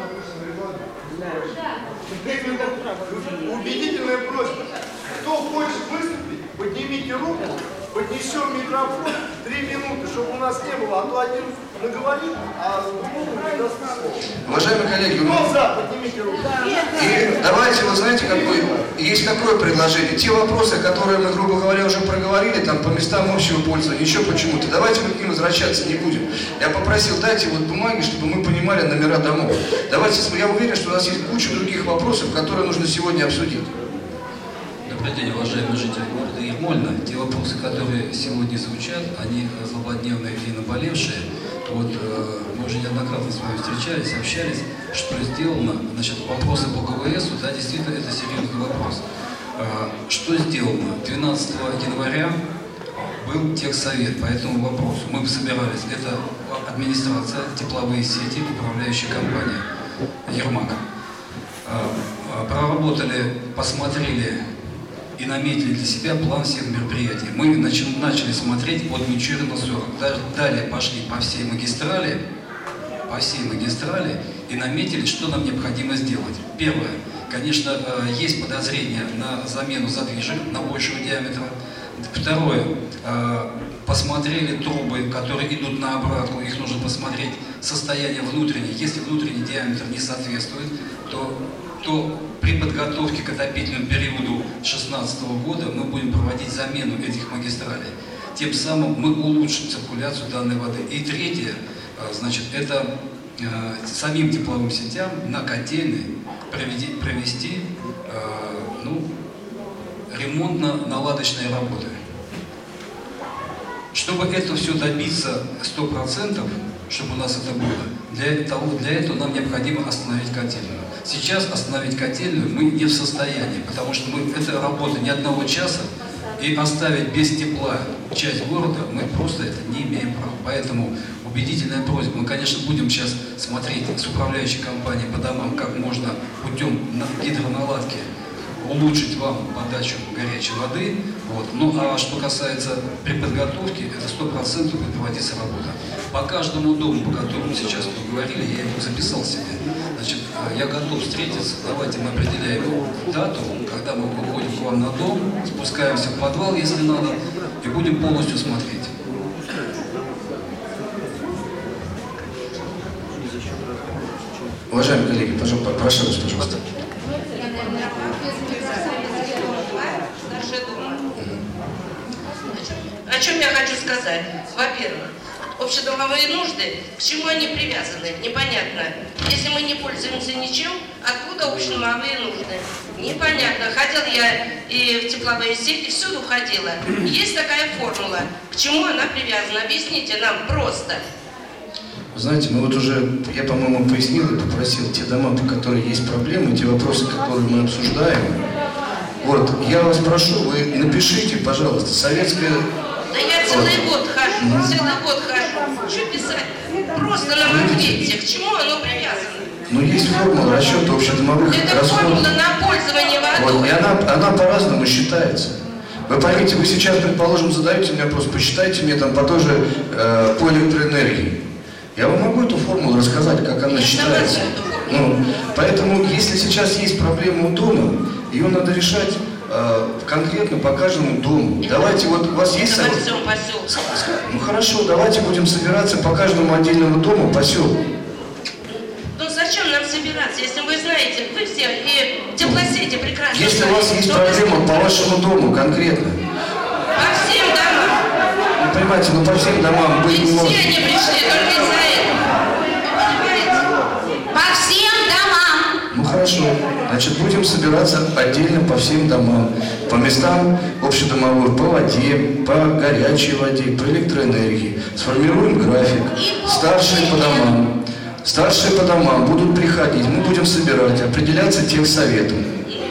допустим, убедительная просьба. Кто хочет выступить, поднимите руку, поднесем микрофон 3 минуты, чтобы у нас не было, а то один наговорит, а другому не даст слова. Уважаемые коллеги, Кто за? Поднимите руку. и давайте, вот знаете, есть какое предложение? Те вопросы, которые мы, грубо говоря, уже проговорили, там, по местам общего пользования, еще почему-то, давайте мы к ним возвращаться не будем. Я попросил, дайте вот бумаги, чтобы мы понимали номера домов. Давайте, я уверен, что у нас есть куча других вопросов, которые нужно сегодня обсудить. Добрый день, уважаемые жители города Ермольна. Те вопросы, которые сегодня звучат, они злободневные и наболевшие. Вот мы уже неоднократно с вами встречались, общались, что сделано. Значит, вопросы по КВС, да, действительно, это серьезный вопрос. Что сделано? 12 января был техсовет по этому вопросу. Мы собирались, это администрация, тепловые сети, управляющая компания Ермак. Проработали, посмотрели и наметили для себя план всех мероприятий. Мы начали смотреть от Мичурина 40. Далее пошли по всей магистрали и наметили, что нам необходимо сделать. Первое. Конечно, есть подозрения на замену задвижек на большего диаметра. Второе. Посмотрели трубы, которые идут на обратку, их нужно посмотреть состояние внутреннее. Если внутренний диаметр не соответствует, то при подготовке к отопительному периоду 2016 года мы будем проводить замену этих магистралей. Тем самым мы улучшим циркуляцию данной воды. И третье, значит, это самим тепловым сетям на котельной провести ремонтно-наладочные работы. Чтобы это все добиться 100%, чтобы у нас это было, для этого нам необходимо остановить котельную. Сейчас остановить котельную мы не в состоянии, потому что это работа не одного часа, и оставить без тепла часть города мы просто это не имеем права. Поэтому убедительная просьба. Мы, конечно, будем сейчас смотреть с управляющей компанией по домам, как можно путем гидроналадки улучшить вам подачу горячей воды. Вот. Ну а что касается при подготовке, это 100% будет проводиться работа. По каждому дому, по которому сейчас мы говорили, я его записал себе. Значит, я готов встретиться. Давайте мы определяем дату, когда мы выходим к вам на дом, спускаемся в подвал, если надо, и будем полностью смотреть. Уважаемые коллеги, прошу вас, пожалуйста. О чем я хочу сказать? Во-первых, общедомовые нужды, к чему они привязаны, непонятно. Если мы не пользуемся ничем, откуда общедомовые нужды? Непонятно. Ходила я и в тепловые сети, всюду ходила. Есть такая формула. К чему она привязана? Объясните нам просто. Знаете, мы вот уже, я, по-моему, пояснил и попросил те дома, по которым есть проблемы, те вопросы, которые мы обсуждаем. Вот, я вас прошу, вы напишите, пожалуйста, советская... Да я целый год хожу. Что писать? Просто нам ответьте, к чему оно привязано? Ну, есть формула расчета общедомовых расходов. Это формула на пользование водой. Вот, и она по-разному считается. Вы поймите, вы сейчас, предположим, задаете мне вопрос, посчитайте мне там по той же по электроэнергии. Я вам могу эту формулу рассказать, как она считается. Ну, поэтому, если сейчас есть проблема у дома, ее надо решать конкретно по каждому дому. Давайте, вот у вас есть... Это во всем поселке. Ну хорошо, давайте будем собираться по каждому отдельному дому, поселку. собираться, если вы знаете, вы все и теплосети прекрасно Если знаете, у вас есть что вы проблема по вашему дому конкретно, по всем домам. вы понимаете, ну по всем домам быть И не все может. они пришли только из-за этого. Понимаете? По всем домам. Ну хорошо, значит будем собираться отдельно по всем домам, по местам общедомовых, по воде, по горячей воде, по электроэнергии. Сформируем график. Старшие по домам. Старшие по домам будут приходить, мы будем собирать, определяться техсоветом.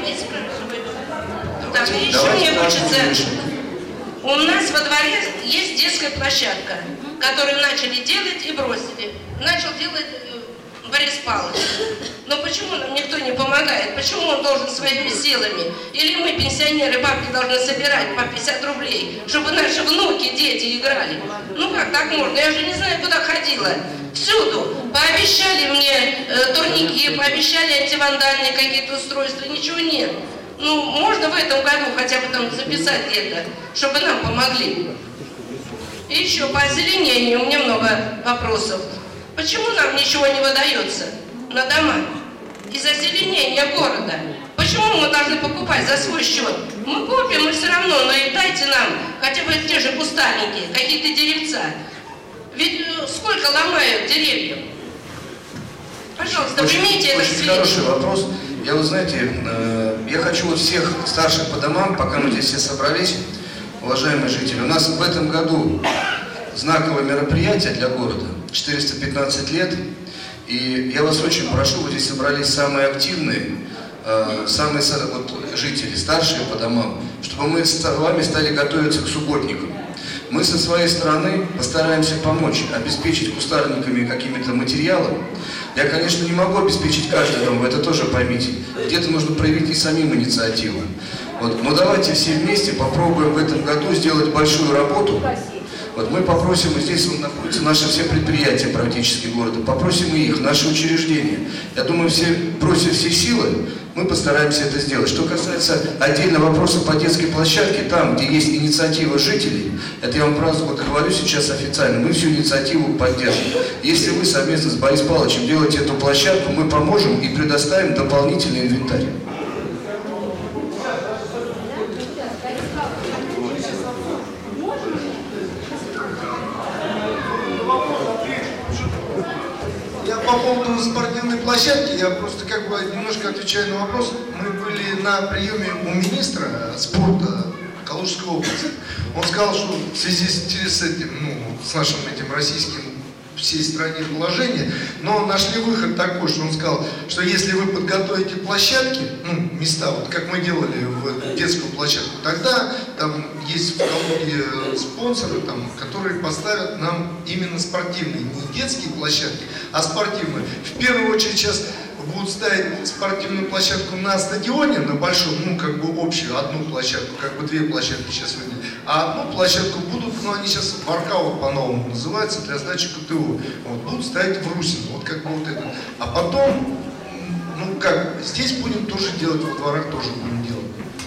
Так, и еще мне хочется... У нас во дворе есть детская площадка, которую начали делать и бросили. Начал делать Борис Павлович. Но почему нам никто не помогает? Почему он должен своими силами? Или мы, пенсионеры, бабки, должны собирать по 50 рублей, чтобы наши внуки, дети играли? Ну как так можно? Я же не знаю, куда ходила. Всюду. Пообещали мне турники, пообещали антивандальные какие-то устройства. Ничего нет. Ну, можно в этом году хотя бы там записать где-то, чтобы нам помогли. И еще по озеленению у меня много вопросов. Почему нам ничего не выдается на дома? Из озеленения города. Почему мы должны покупать за свой счет? Мы купим, и все равно, но и дайте нам хотя бы те же кустарники, какие-то деревца. Ведь сколько ломают деревьев? Пожалуйста, примите это Очень хороший вопрос. Я, вы знаете, я хочу вот всех старших по домам, пока мы здесь все собрались, уважаемые жители, у нас в этом году знаковое мероприятие для города, 415 лет, и я вас очень прошу, вот здесь собрались самые активные, самые вот, жители, старшие по домам, чтобы мы с вами стали готовиться к субботникам. Мы со своей стороны постараемся помочь, обеспечить кустарниками какими-то материалами. Я, конечно, не могу обеспечить каждый дом, вы это тоже поймите. Где-то нужно проявить и самим инициативу. Вот. Но давайте все вместе попробуем в этом году сделать большую работу. Вот мы попросим, и здесь находятся наши все предприятия практически города, попросим и их, наши учреждения. Я думаю, все бросив все силы, мы постараемся это сделать. Что касается отдельно вопроса по детской площадке, там, где есть инициатива жителей, это я вам просто вот говорю сейчас официально, мы всю инициативу поддержим. Если вы совместно с Борисом Павловичем делаете эту площадку, мы поможем и предоставим дополнительный инвентарь. По поводу спортивной площадки, я просто как бы немножко отвечаю на вопрос. Мы были на приеме у министра спорта Калужской области. Он сказал, что в связи с этим, с нашим этим российским всей стране положение, но нашли выход такой, что он сказал, что если вы подготовите площадки, места, вот как мы делали в детскую площадку, тогда там есть в Калуге спонсоры, там, которые поставят нам именно спортивные, не детские площадки, а спортивные. В первую очередь сейчас будут ставить спортивную площадку на стадионе, на большом, как бы общую, одну площадку, как бы две площадки сейчас выделили, а одну площадку будут, они сейчас воркаут по-новому называется, для сдачи КТУ, вот, будут ставить в Русино, вот как бы вот это. А потом, здесь будем тоже делать, во дворах тоже будем делать.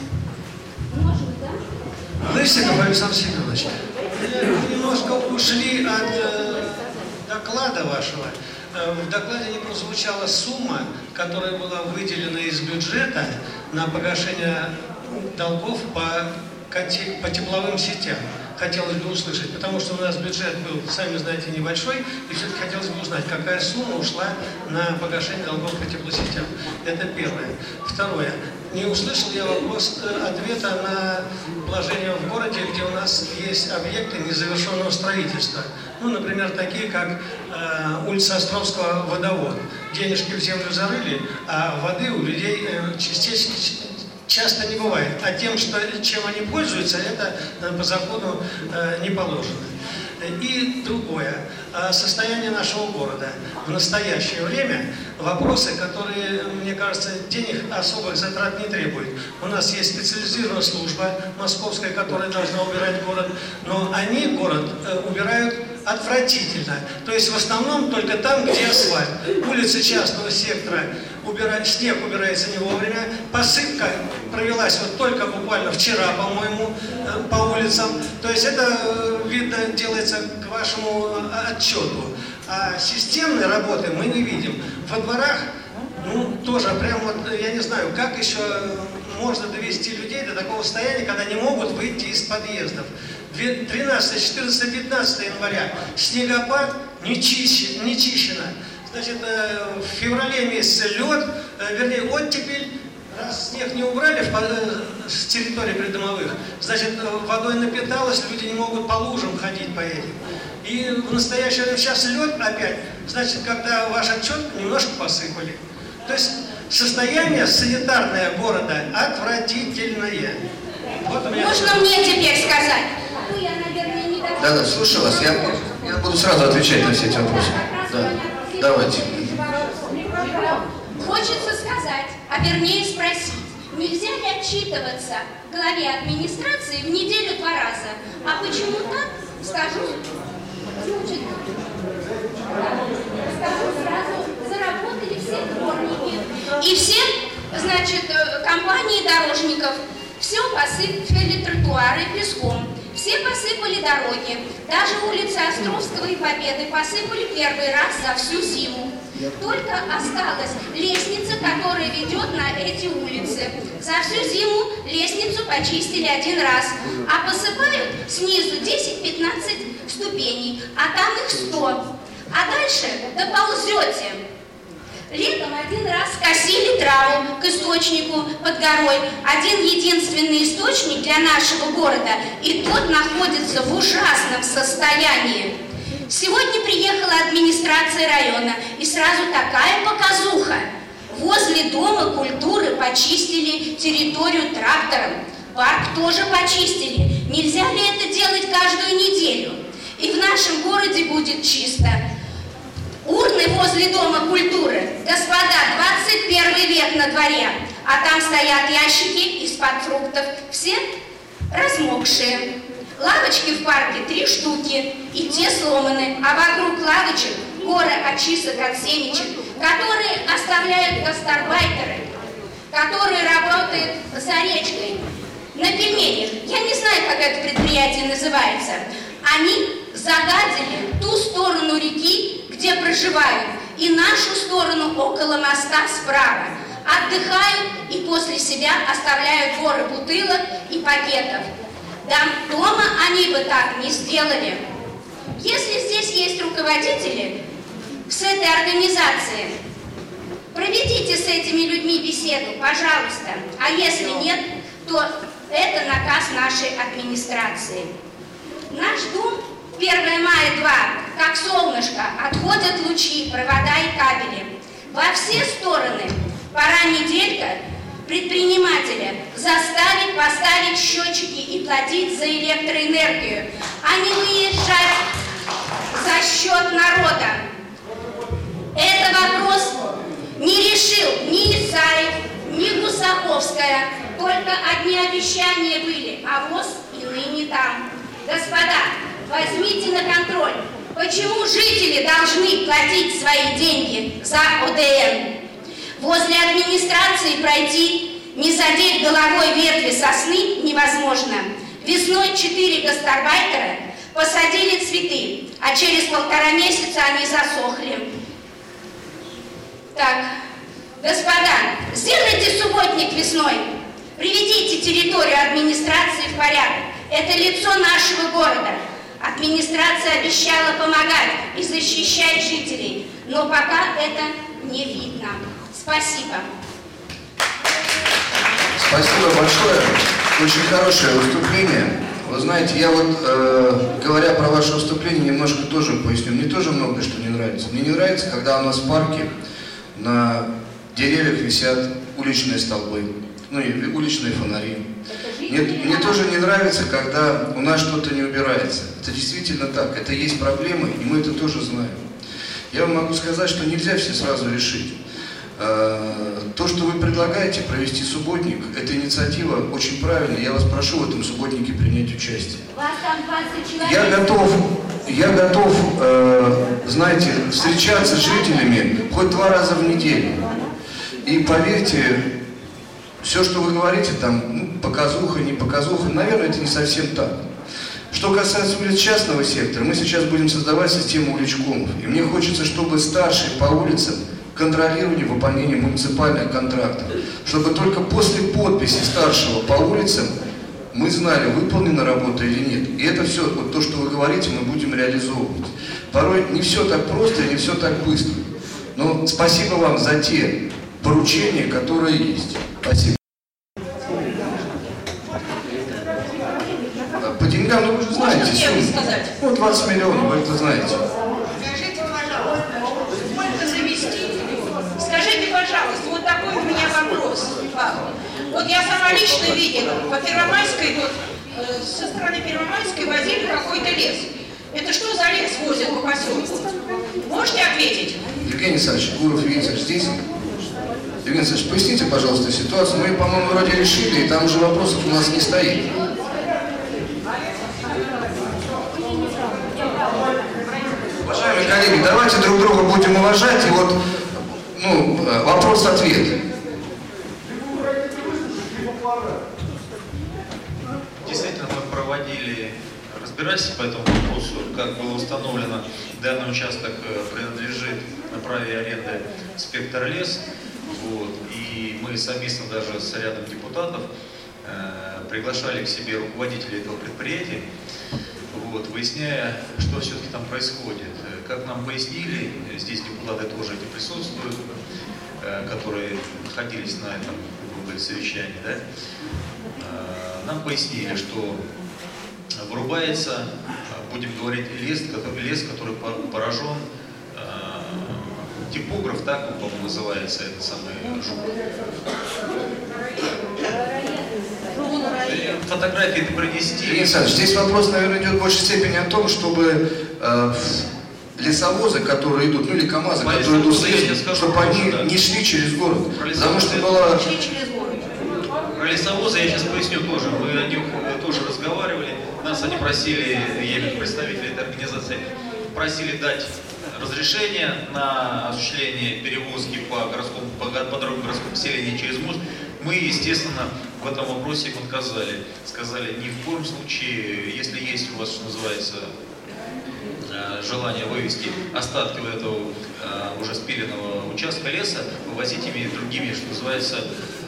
Лысиков Александр Семенович, немножко ушли от доклада вашего. В докладе не прозвучала сумма, которая была выделена из бюджета на погашение долгов по тепловым сетям. Хотелось бы услышать, потому что у нас бюджет был, сами знаете, небольшой, и все-таки хотелось бы узнать, какая сумма ушла на погашение долгов по теплосетям. Это первое. Второе. Не услышал я ответа на положение в городе, где у нас есть объекты незавершенного строительства. Например, такие, как улица Островского, водовод. Денежки в землю зарыли, а воды у людей часто не бывает. А тем, чем они пользуются, это по закону не положено. И другое. Состояние нашего города. В настоящее время вопросы, которые, мне кажется, денег особых затрат не требуют. У нас есть специализированная служба московская, которая должна убирать город, но они город убирают отвратительно. То есть в основном только там, где асфальт. Улицы частного сектора, снег убирается не вовремя. Посыпка провелась вот только буквально вчера, по-моему, по улицам. То есть это, видно, делается к вашему отчету. А системной работы мы не видим. Во дворах Ну, тоже прям вот, я не знаю, как еще можно довести людей до такого состояния, когда не могут выйти из подъездов. 13, 14, 15 января снегопад не чищено. Значит, в феврале месяце лед, вернее, оттепель. Раз снег не убрали с территории придомовых, значит, водой напиталось, люди не могут по лужам ходить по этим. И в настоящее время сейчас лед опять, значит, когда ваш отчет немножко посыпали. То есть состояние санитарное города отвратительное. Вот у меня... Можно мне теперь сказать? Да, слушаю вас. Я буду сразу отвечать на все эти вопросы. Да, давайте. Хочется сказать, а вернее спросить, нельзя ли отчитываться главе администрации в неделю 2 раза? А почему так? Скажу. Значит, скажу сразу, заработали все дворники. И все, значит, компании дорожников, все посыпали тротуары песком. Все посыпали дороги. Даже улицы Островского и Победы посыпали первый раз за всю зиму. Только осталась лестница, которая ведет на эти улицы. За всю зиму лестницу почистили 1 раз, а посыпают снизу 10-15 ступеней, а там их 100. А дальше доползете. Летом 1 раз скосили траву к источнику под горой. Один единственный источник для нашего города, и тот находится в ужасном состоянии. Сегодня приехала администрация района, и сразу такая показуха. Возле Дома культуры почистили территорию трактором. Парк тоже почистили. Нельзя ли это делать каждую неделю? И в нашем городе будет чисто. Урны возле Дома культуры. Господа, 21 век на дворе. А там стоят ящики из-под фруктов. Все размокшие. Лавочки в парке 3 штуки, и те сломаны, а вокруг лавочек горы очисток от семечек, которые оставляют гастарбайтеры, которые работают за речкой, на пельменях. Я не знаю, как это предприятие называется. Они загадили ту сторону реки, где проживают, и нашу сторону около моста справа. Отдыхают и после себя оставляют горы бутылок и пакетов. Дома они бы так не сделали. Если здесь есть руководители с этой организации, проведите с этими людьми беседу, пожалуйста. А если нет, то это наказ нашей администрации. Наш дом 1 мая 2, как солнышко, отходят лучи, провода и кабели. Во все стороны. Пора неделька предпринимателя заставить поставить счетчики и платить за электроэнергию, а не выезжать за счет народа. Это вопрос не решил ни Исаев, ни Гусаковская. Только одни обещания были, а ВОЗ и ныне там. Господа, возьмите на контроль, почему жители должны платить свои деньги за ОДН? Возле администрации пройти, не задеть головой ветви сосны невозможно. Весной 4 гастарбайтера посадили цветы, а через 1,5 месяца они засохли. Так, господа, сделайте субботник весной. Приведите территорию администрации в порядок. Это лицо нашего города. Администрация обещала помогать и защищать жителей, но пока это не видно. Спасибо. Спасибо большое. Очень хорошее выступление. Вы знаете, я вот, говоря про ваше выступление, немножко тоже поясню. Мне тоже многое что не нравится. Мне не нравится, когда у нас в парке на деревьях висят уличные столбы, ну и уличные фонари. Мне тоже не нравится, когда у нас что-то не убирается. Это действительно так. Это есть проблемы, и мы это тоже знаем. Я вам могу сказать, что нельзя все сразу решить. То, что вы предлагаете провести субботник, эта инициатива очень правильная. Я вас прошу в этом субботнике принять участие. Вас там 20 человек. Я готов, знаете, встречаться с жителями хоть 2 раза в неделю. И поверьте, все, что вы говорите, там, показуха, не показуха, наверное, это не совсем так. Что касается улиц частного сектора, мы сейчас будем создавать систему уличкомов. И мне хочется, чтобы старшие по улицам контролирования выполнения муниципальных контрактов, чтобы только после подписи старшего по улицам мы знали, выполнена работа или нет. И это все, вот то, что вы говорите, мы будем реализовывать. Порой не все так просто и не все так быстро. Но спасибо вам за те поручения, которые есть. Спасибо. По деньгам, ну вы же знаете, ну 20 миллионов, вы это знаете. Скажите, пожалуйста, сколько заместителей? Скажите, пожалуйста, вот такой у меня вопрос. Вот я сама лично видела, по Первомайской, вот, со стороны Первомайской возили какой-то лес. Это что за лес возят по поселку? Можете ответить? Евгений Александрович, Гуров Виктор здесь. Евгений Александрович, поясните, пожалуйста, ситуацию. Мы, по-моему, вроде решили, и там уже вопросов у нас не стоит. Уважаемые коллеги, давайте друг друга будем уважать, и вот, ну, вопрос-ответ. Действительно, мы проводили разбирательство по этому вопросу, как было установлено, данный участок принадлежит на праве аренды Спектрлес, вот, и мы совместно даже с рядом депутатов приглашали к себе руководителей этого предприятия, вот, выясняя, что все-таки там происходит. Как нам пояснили, здесь депутаты тоже эти присутствуют, которые находились на этом совещании, да? Нам пояснили, что вырубается, будем говорить, лес, который поражен, типограф, так, по-моему, называется, это самый жук. Фотографии это принести. Евгений Александрович, здесь вопрос, наверное, идет в большей степени о том, чтобы лесовозы, которые идут, ну или КАМАЗы, которые идут с лесом, чтобы они не шли через город. Потому что была... Про лесовозы я сейчас поясню тоже. Мы о них тоже разговаривали. Нас они просили, я имею представители этой организации, просили дать разрешение на осуществление перевозки по дорогам городского поселения через мост. Мы, естественно, в этом вопросе им отказали. Сказали, ни в коем случае, если есть у вас, что называется, желание вывести остатки вот этого уже спиленного участка леса, вывозить ими другими, что называется,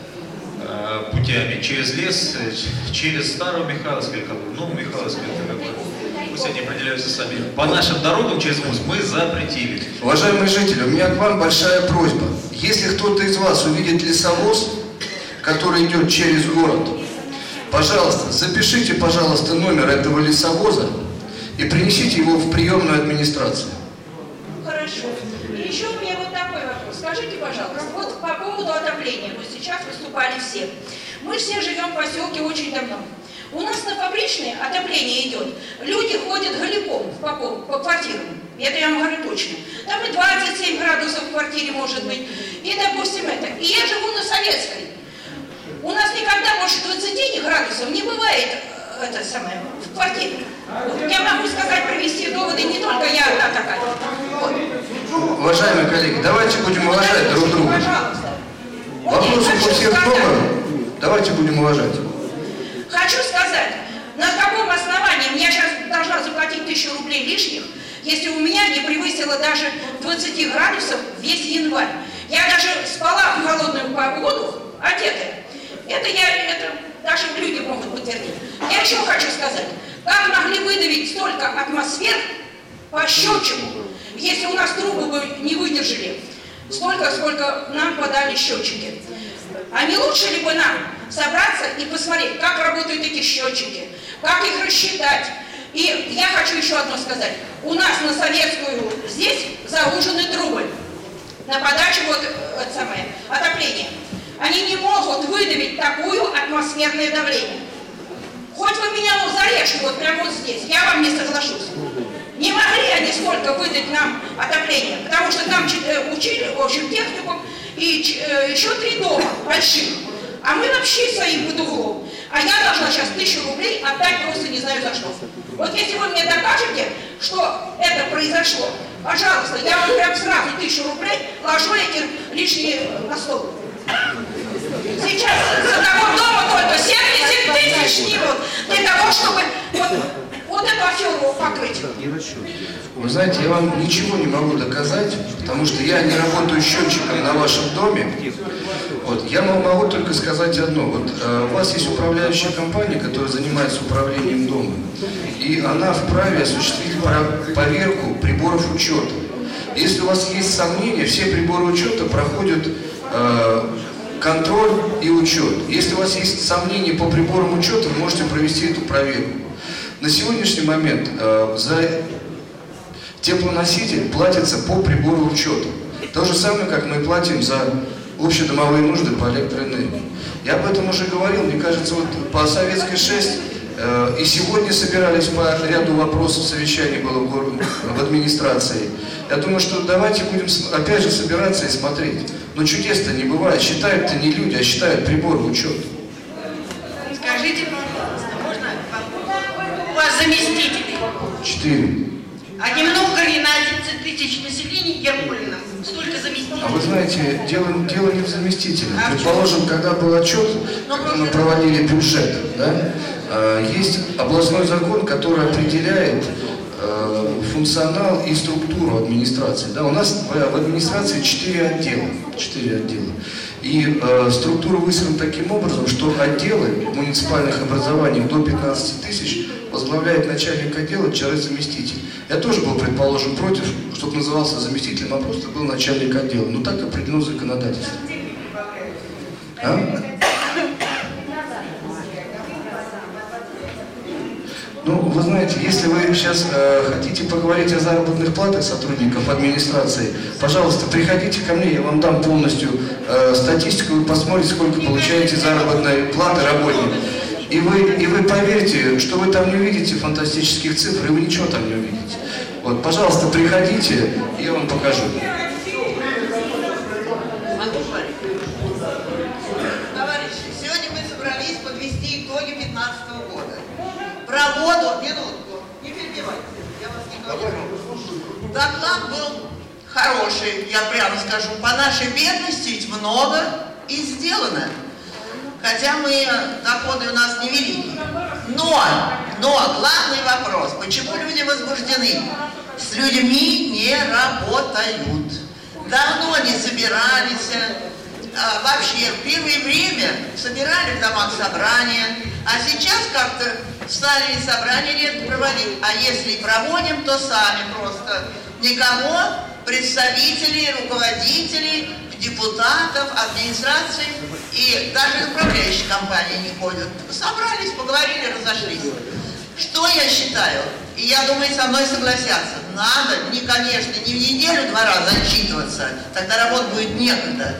путями через лес, через Старую Михайловск или Новую Михайловск, это как бы, пусть они определяются сами. По нашим дорогам через мост мы запретили. Уважаемые жители, у меня к вам большая просьба. Если кто-то из вас увидит лесовоз, который идет через город, пожалуйста, запишите, пожалуйста, номер этого лесовоза и принесите его в приемную администрацию. Хорошо. И еще у меня вот такой вопрос. Скажите, пожалуйста, вот по поводу отопления, вот сейчас выступали все. Мы все живем в поселке очень давно. У нас на фабричное отопление идет. Люди ходят голиком по квартирам. Это я вам говорю точно. Там и 27 градусов в квартире может быть. И, допустим, это. И я живу на Советской. У нас никогда больше 20 градусов не бывает это самое, в квартире. Вот я могу сказать, привести доводы, не только я одна такая. Вот. Уважаемые коллеги, давайте будем уважать друг друга. Пожалуйста. Вопросов у всех много. Давайте будем уважать. Хочу сказать, на каком основании я сейчас должна заплатить 1000 рублей лишних, если у меня не превысило даже 20 градусов весь январь. Я даже спала в холодную погоду, одетая. Это даже люди могут подтвердить. Я еще хочу сказать, как могли выдавить столько атмосфер по счетчику, если у нас трубы бы не выдержали столько, сколько нам подали счетчики. А не лучше ли бы нам собраться и посмотреть, как работают эти счетчики, как их рассчитать? И я хочу еще одно сказать. У нас на Советскую здесь заужены трубы на подачу вот это самое, отопления. Они не могут выдавить такое атмосферное давление. Хоть вы меня зарежьте вот прямо вот здесь, я вам не соглашусь. Не могли они столько выдать нам отопление, потому что там учили, в общем, техникум, и еще 3 дома больших. А мы вообще своим под углом. А я должна сейчас 1000 рублей отдать просто не знаю за что. Вот если вы мне докажете, что это произошло, пожалуйста, я вам прям сразу 1000 рублей ложу эти лишние на стол. Сейчас за такого дома только 70 000 снимут для того, чтобы вот вот эту аферу покрыть. Вы знаете, я вам ничего не могу доказать, потому что я не работаю счетчиком на вашем доме. Вот. Я могу только сказать одно. Вот, у вас есть управляющая компания, которая занимается управлением домом, и она вправе осуществить поверку приборов учета. Если у вас есть сомнения, все приборы учета проходят контроль и учет. Если у вас есть сомнения по приборам учета, вы можете провести эту проверку. На сегодняшний момент за теплоноситель платится по прибору учета. То же самое, как мы платим за общедомовые нужды по электроэнергии. Я об этом уже говорил, мне кажется, вот по Советской 6 и сегодня собирались по ряду вопросов, совещаний было в администрации. Я думаю, что давайте будем опять же собираться и смотреть. Но чудес-то не бывает, считают-то не люди, а считают приборы учета. Скажите, пожалуйста, можно у вас заместители? 4. А немного ли на 11 тысяч населения Ермолина столько заместителей? А вы знаете, дело не в заместителе. Предположим, когда был отчет, мы проводили бюджет, да, есть областной закон, который определяет функционал и структуру администрации. Да, у нас в администрации 4 отдела. И структура выстроена таким образом, что отделы муниципальных образований до 15 тысяч возглавляет начальник отдела через заместитель. Я тоже был, предположим, против, чтобы назывался заместителем, а просто был начальник отдела. Но так определено законодательство. Ну, вы знаете, если вы сейчас хотите поговорить о заработных платах сотрудников администрации, пожалуйста, приходите ко мне, я вам дам полностью статистику, вы посмотрите, сколько получаете заработной платы работников. И вы поверьте, что вы там не увидите фантастических цифр, и вы ничего там не увидите. Вот, пожалуйста, приходите, и я вам покажу. Товарищи, сегодня мы собрались подвести итоги 2015 года. Про воду, минутку, не перебивайте, я вас не говорю. Доклад был хороший, я прямо скажу, по нашей бедности ведь много и сделано. Хотя доходы у нас невеликие. Но главный вопрос, почему люди возбуждены? С людьми не работают. Давно не собирались. Вообще, в первое время собирали в домах собрания, а сейчас как-то стали собрания редко проводить. А если и проводим, то сами просто. Никого, представителей, руководителей, депутатов, администрации и даже управляющие компании не ходят. Собрались, поговорили, разошлись. Что я считаю, и я думаю, со мной согласятся, надо, конечно, не в неделю 2 раза отчитываться, тогда работать будет некогда.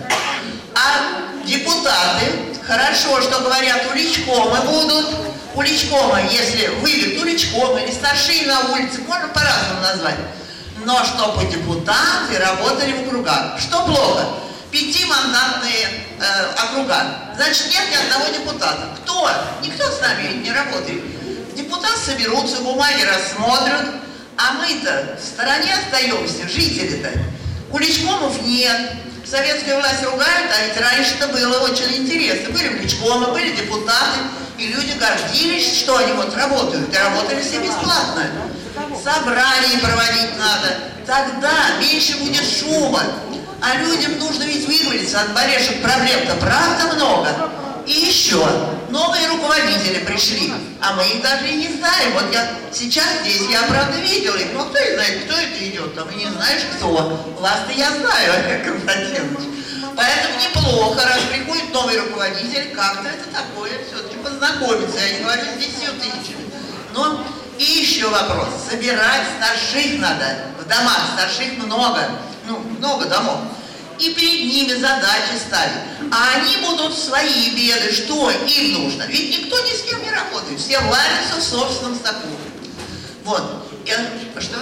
А депутаты, хорошо, что говорят, уличкомы будут. Уличкомы, если выйдут уличкомы или старшие на улице, можно по-разному назвать. Но чтобы депутаты работали в округах. Что плохо? 5-мандатные округа. Значит, нет ни одного депутата. Кто? Никто с нами ведь не работает. Депутаты соберутся, бумаги рассмотрят, а мы-то в стороне остаемся, жители-то. Уличкомов нет. Советская власть ругает, а ведь раньше-то было очень интересно. Были уличкомы, были депутаты, и люди гордились, что они вот работают, и работали все бесплатно. Собрания проводить надо, тогда меньше будет шума. А людям нужно ведь вырваться от болевших проблем-то правда много. И еще, новые руководители пришли, а мы их даже и не знаем. Вот я сейчас здесь, я правда видела их, но кто и знает, кто это идет, там и не знаешь кто. Вас-то я знаю, Олег Константинович. Поэтому неплохо, раз приходит новый руководитель, как-то это такое, все-таки познакомиться, я не говорю с 10 тысячами. Но и еще вопрос, собирать старших надо, в домах старших много, много домов. И перед ними задачи ставить. А они будут свои беды, что им нужно. Ведь никто ни с кем не работает. Все варятся в собственном соку. Вот. Что?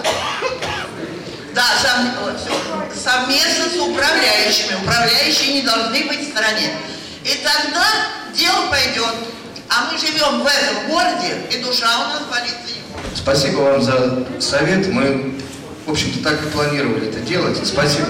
Да, совместно с управляющими. Управляющие не должны быть в стороне. И тогда дело пойдет. А мы живем в этом городе, и душа у нас болит за него. Спасибо вам за совет. Мы, в общем-то, так и планировали это делать. Спасибо.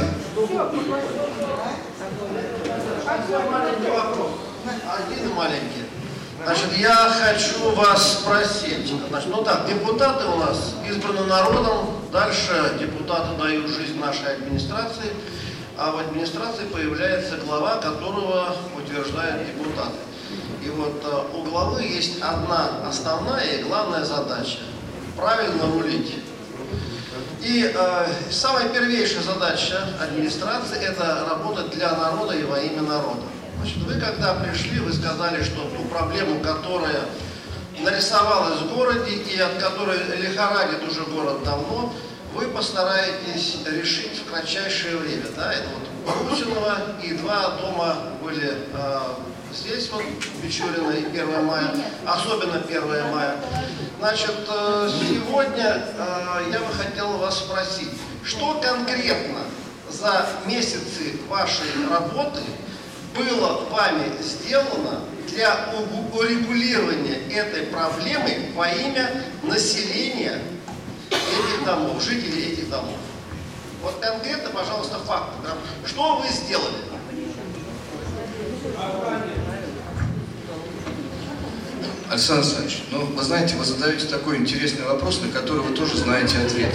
Один маленький. Значит, я хочу вас спросить. Значит, ну так, депутаты у нас избраны народом, дальше депутаты дают жизнь нашей администрации, а в администрации появляется глава, которого утверждают депутаты. И вот у главы есть одна основная и главная задача – правильно рулить. И самая первейшая задача администрации – это работать для народа и во имя народа. Значит, вы когда пришли, вы сказали, что ту проблему, которая нарисовалась в городе и от которой лихорадит уже город давно, вы постараетесь решить в кратчайшее время. Да? Это вот Русинова и два дома были здесь, вот Мичурина и 1 мая, особенно 1 мая. Значит, сегодня я бы хотел вас спросить, что конкретно за месяцы вашей работы было вами сделано для урегулирования этой проблемы во имя населения этих домов, жителей этих домов? Вот конкретно, пожалуйста, факты. Да? Что вы сделали? Александр Александрович, ну, вы знаете, вы задаете такой интересный вопрос, на который вы тоже знаете ответ.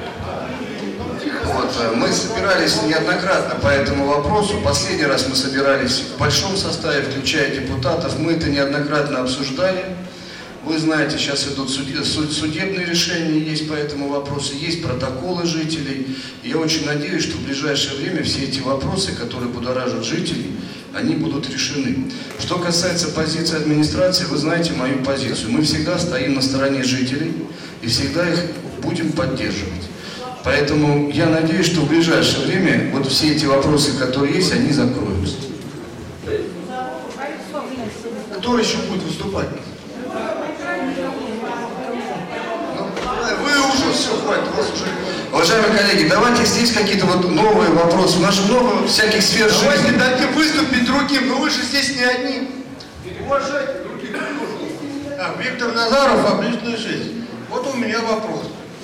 Вот, мы собирались неоднократно по этому вопросу. Последний раз мы собирались в большом составе, включая депутатов. Мы это неоднократно обсуждали. Вы знаете, сейчас идут судебные решения есть по этому вопросу, есть протоколы жителей. И я очень надеюсь, что в ближайшее время все эти вопросы, которые будоражат жителей, они будут решены. Что касается позиции администрации, вы знаете мою позицию. Мы всегда стоим на стороне жителей и всегда их будем поддерживать. Поэтому я надеюсь, что в ближайшее время вот все эти вопросы, которые есть, они закроются. Кто еще будет выступать? Вы уже все, хватит, вас уже... Уважаемые коллеги, давайте здесь какие-то вот новые вопросы. У нас же много всяких сфер жизни. Давайте дайте выступить другим, но вы же здесь не одни. Уважайте других. Так, Виктор Назаров, «Фабричная жизнь». Вот у меня вопрос.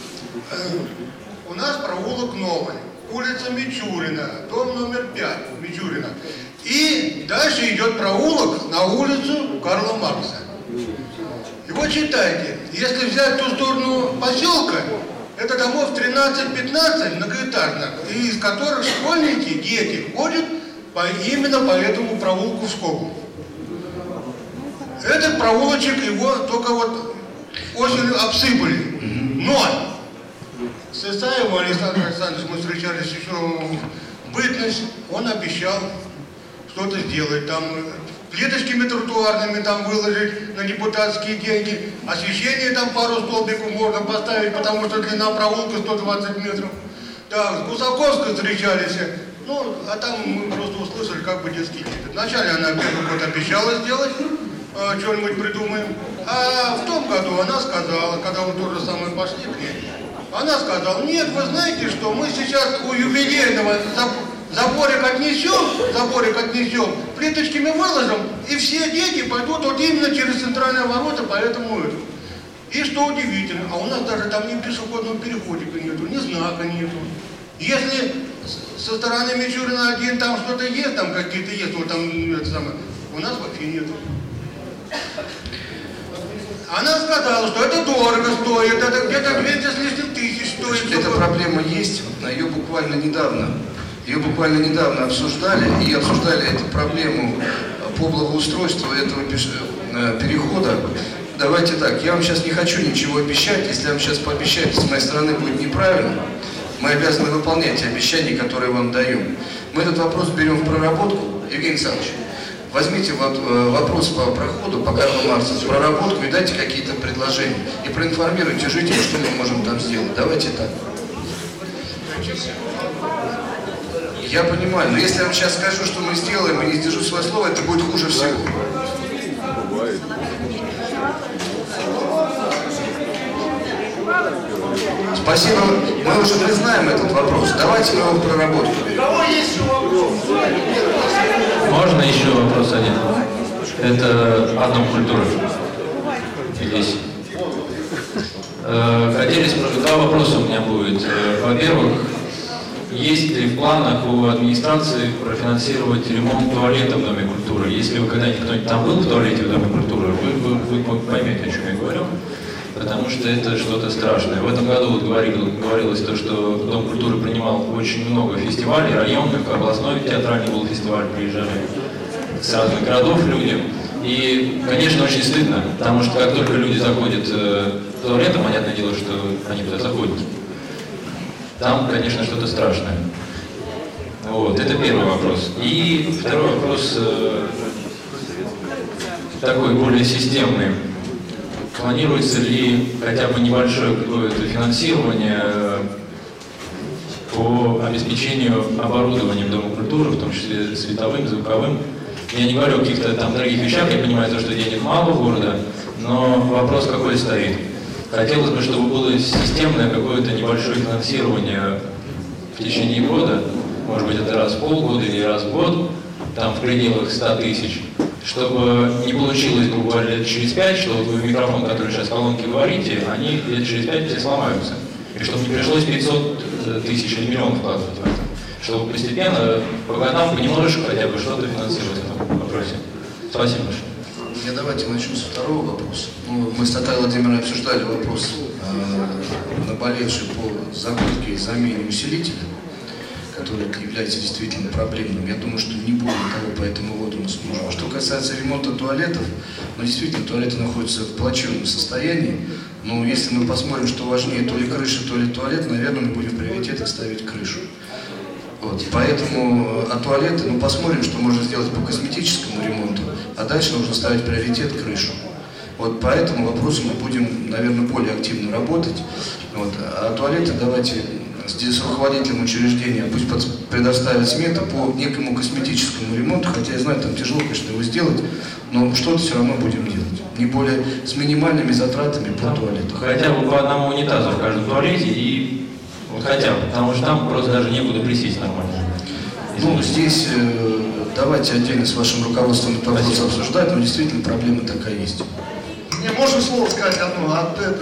У нас проулок Новый, улица Мичурина, дом номер 5 Мичурина. И дальше идет проулок на улицу Карла Маркса. И вот считайте, если взять ту сторону поселка, это домов 13-15 многоэтажных, из которых школьники, дети ходят именно по этому проулку в школу. Этот проулочек его только вот осенью обсыпали. Но с Исаевым Александром Александровичем мы встречались еще в бытность, он обещал что-то сделать, там плиточками тротуарными там выложить на депутатские деньги, освещение там пару столбиков можно поставить, потому что длина проулка 120 метров. Так, с Гусаковской встречались, ну, а там мы просто услышали как бы детский лепет. Вначале она первый год обещала сделать, что-нибудь придумаем, а в том году она сказала, когда мы то же самое пошли к ней, она сказала, нет, вы знаете, что мы сейчас у юбилейного заборик отнесем, плиточками выложим, и все дети пойдут вот именно через центральные ворота по этому этому. И что удивительно, а у нас даже там ни пешеходного переходика нету, ни знака нету. Если со стороны Мичурина один там что-то есть, там какие-то есть, вот там это самое, у нас вообще нету. Она сказала, что это дорого стоит, это где-то 200 с лишним тысяч стоит. Эта проблема есть, ее буквально недавно обсуждали, и обсуждали эту проблему по благоустройству этого перехода. Давайте так, я вам сейчас не хочу ничего обещать, если я вам сейчас пообещать, с моей стороны будет неправильно, мы обязаны выполнять те обещания, которые вам даем. Мы этот вопрос берем в проработку. Евгений Александрович, возьмите вопрос по проходу, по Карлу Марксу, в проработку и дайте какие-то предложения. И проинформируйте жителей, что мы можем там сделать. Давайте так. Я понимаю, но если я вам сейчас скажу, что мы сделаем, и не сдержу свое слово, это будет хуже всего. Спасибо. Мы знаем этот вопрос. Давайте мы его в проработку берем. Можно еще вопрос один? Это о Дом культуры. Здесь. Два вопроса у меня будет. Во-первых, есть ли в планах у администрации профинансировать ремонт туалета в Доме культуры? Если вы когда-нибудь кто-нибудь там был в туалете в Доме культуры, вы поймете, о чем я говорю, потому что это что-то страшное. В этом году вот говорилось то, что Дом культуры принимал очень много фестивалей, районных, областной театральный был фестиваль, приезжали с разных городов люди. И, конечно, очень стыдно, потому что как только люди заходят в туалет, понятное дело, что они туда заходят. Там, конечно, что-то страшное. Вот, это первый вопрос. И второй вопрос такой более системный. Планируется ли хотя бы небольшое какое-то финансирование по обеспечению оборудованием Дома культуры, в том числе световым, звуковым? Я не говорю о каких-то там дорогих вещах, я понимаю, что денег мало у города, но вопрос какой стоит. Хотелось бы, чтобы было системное какое-то небольшое финансирование в течение года, может быть, это раз в полгода или раз в год, там в пределах 100 тысяч, чтобы не получилось, грубо говоря, лет через 5, что вот вы в микрофон, который сейчас в колонке говорите, они лет через 5 все сломаются. И чтобы не пришлось 500 тысяч или миллион вкладывать в это. Чтобы постепенно, по годам, понемножку хотя бы что-то финансировать в этом вопросе. Спасибо большое. Давайте начнем со второго вопроса. Мы с Натальей Владимировной обсуждали вопрос, наболевший по закупке и замене усилителя, который является действительно проблемным. Я думаю, что не более того по этому году мы сможем. А что касается ремонта туалетов, действительно, туалеты находятся в плачевном состоянии. Но если мы посмотрим, что важнее, то ли крыша, то ли туалет, наверное, мы будем в приоритетах ставить крышу. Вот, поэтому туалеты, посмотрим, что можно сделать по косметическому ремонту, а дальше нужно ставить приоритет крышу. Вот по этому вопросу мы будем, наверное, более активно работать. Вот, а туалеты давайте с руководителем учреждения пусть предоставят сметы по некому косметическому ремонту, хотя я знаю, там тяжело, конечно, его сделать, но что-то все равно будем делать. Не более с минимальными затратами по туалету. Хотя бы по одному унитазу в каждом туалете и вот хотя бы, потому что там просто даже некуда присесть нормально. Здесь давайте отдельно с вашим руководством этот вопрос обсуждать, но действительно проблема такая есть. Мне можно слово сказать одно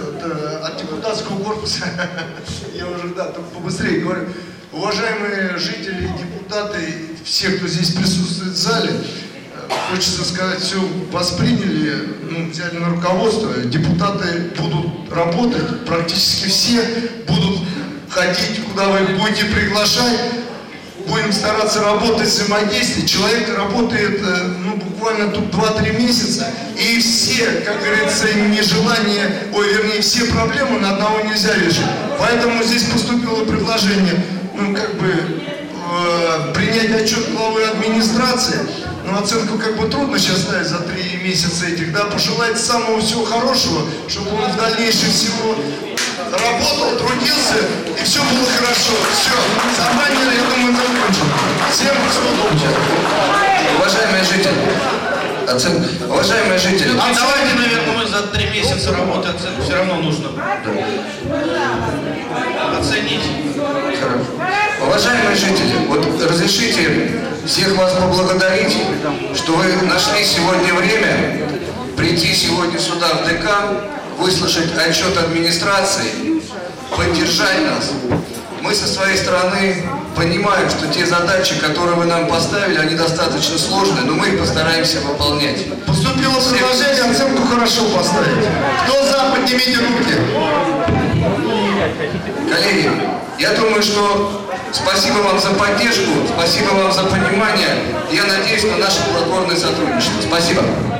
от депутатского корпуса? Я уже, побыстрее говорю. Уважаемые жители, депутаты, все, кто здесь присутствует в зале, хочется сказать, все восприняли, взяли на руководство. Депутаты будут работать, практически все будут ходить, куда вы их будете приглашать. Будем стараться работать, взаимодействовать. Человек работает, буквально тут 2-3 месяца, и все, как говорится, все проблемы на одного нельзя решить. Поэтому здесь поступило предложение, принять отчет главы администрации. Оценку трудно сейчас ставить за 3 месяца этих, пожелать самого всего хорошего, чтобы он в дальнейшем всего работал, трудился, и все было хорошо. Все, собрание, я думаю, закончено. Всем всего доброго. Уважаемые жители. Давайте, наверное, мы за 3 месяца работы оценку все равно нужно оценить. Уважаемые жители, разрешите всех вас поблагодарить, что вы нашли сегодня время прийти сегодня сюда в ДК, выслушать отчет администрации, поддержать нас. Мы со своей стороны понимаем, что те задачи, которые вы нам поставили, они достаточно сложные, но мы их постараемся выполнять. Поступило предложение, оценку хорошо поставить. Кто за, поднимите руки. Коллеги, я думаю, что спасибо вам за поддержку, спасибо вам за понимание. Я надеюсь на наше плодотворное сотрудничество. Спасибо.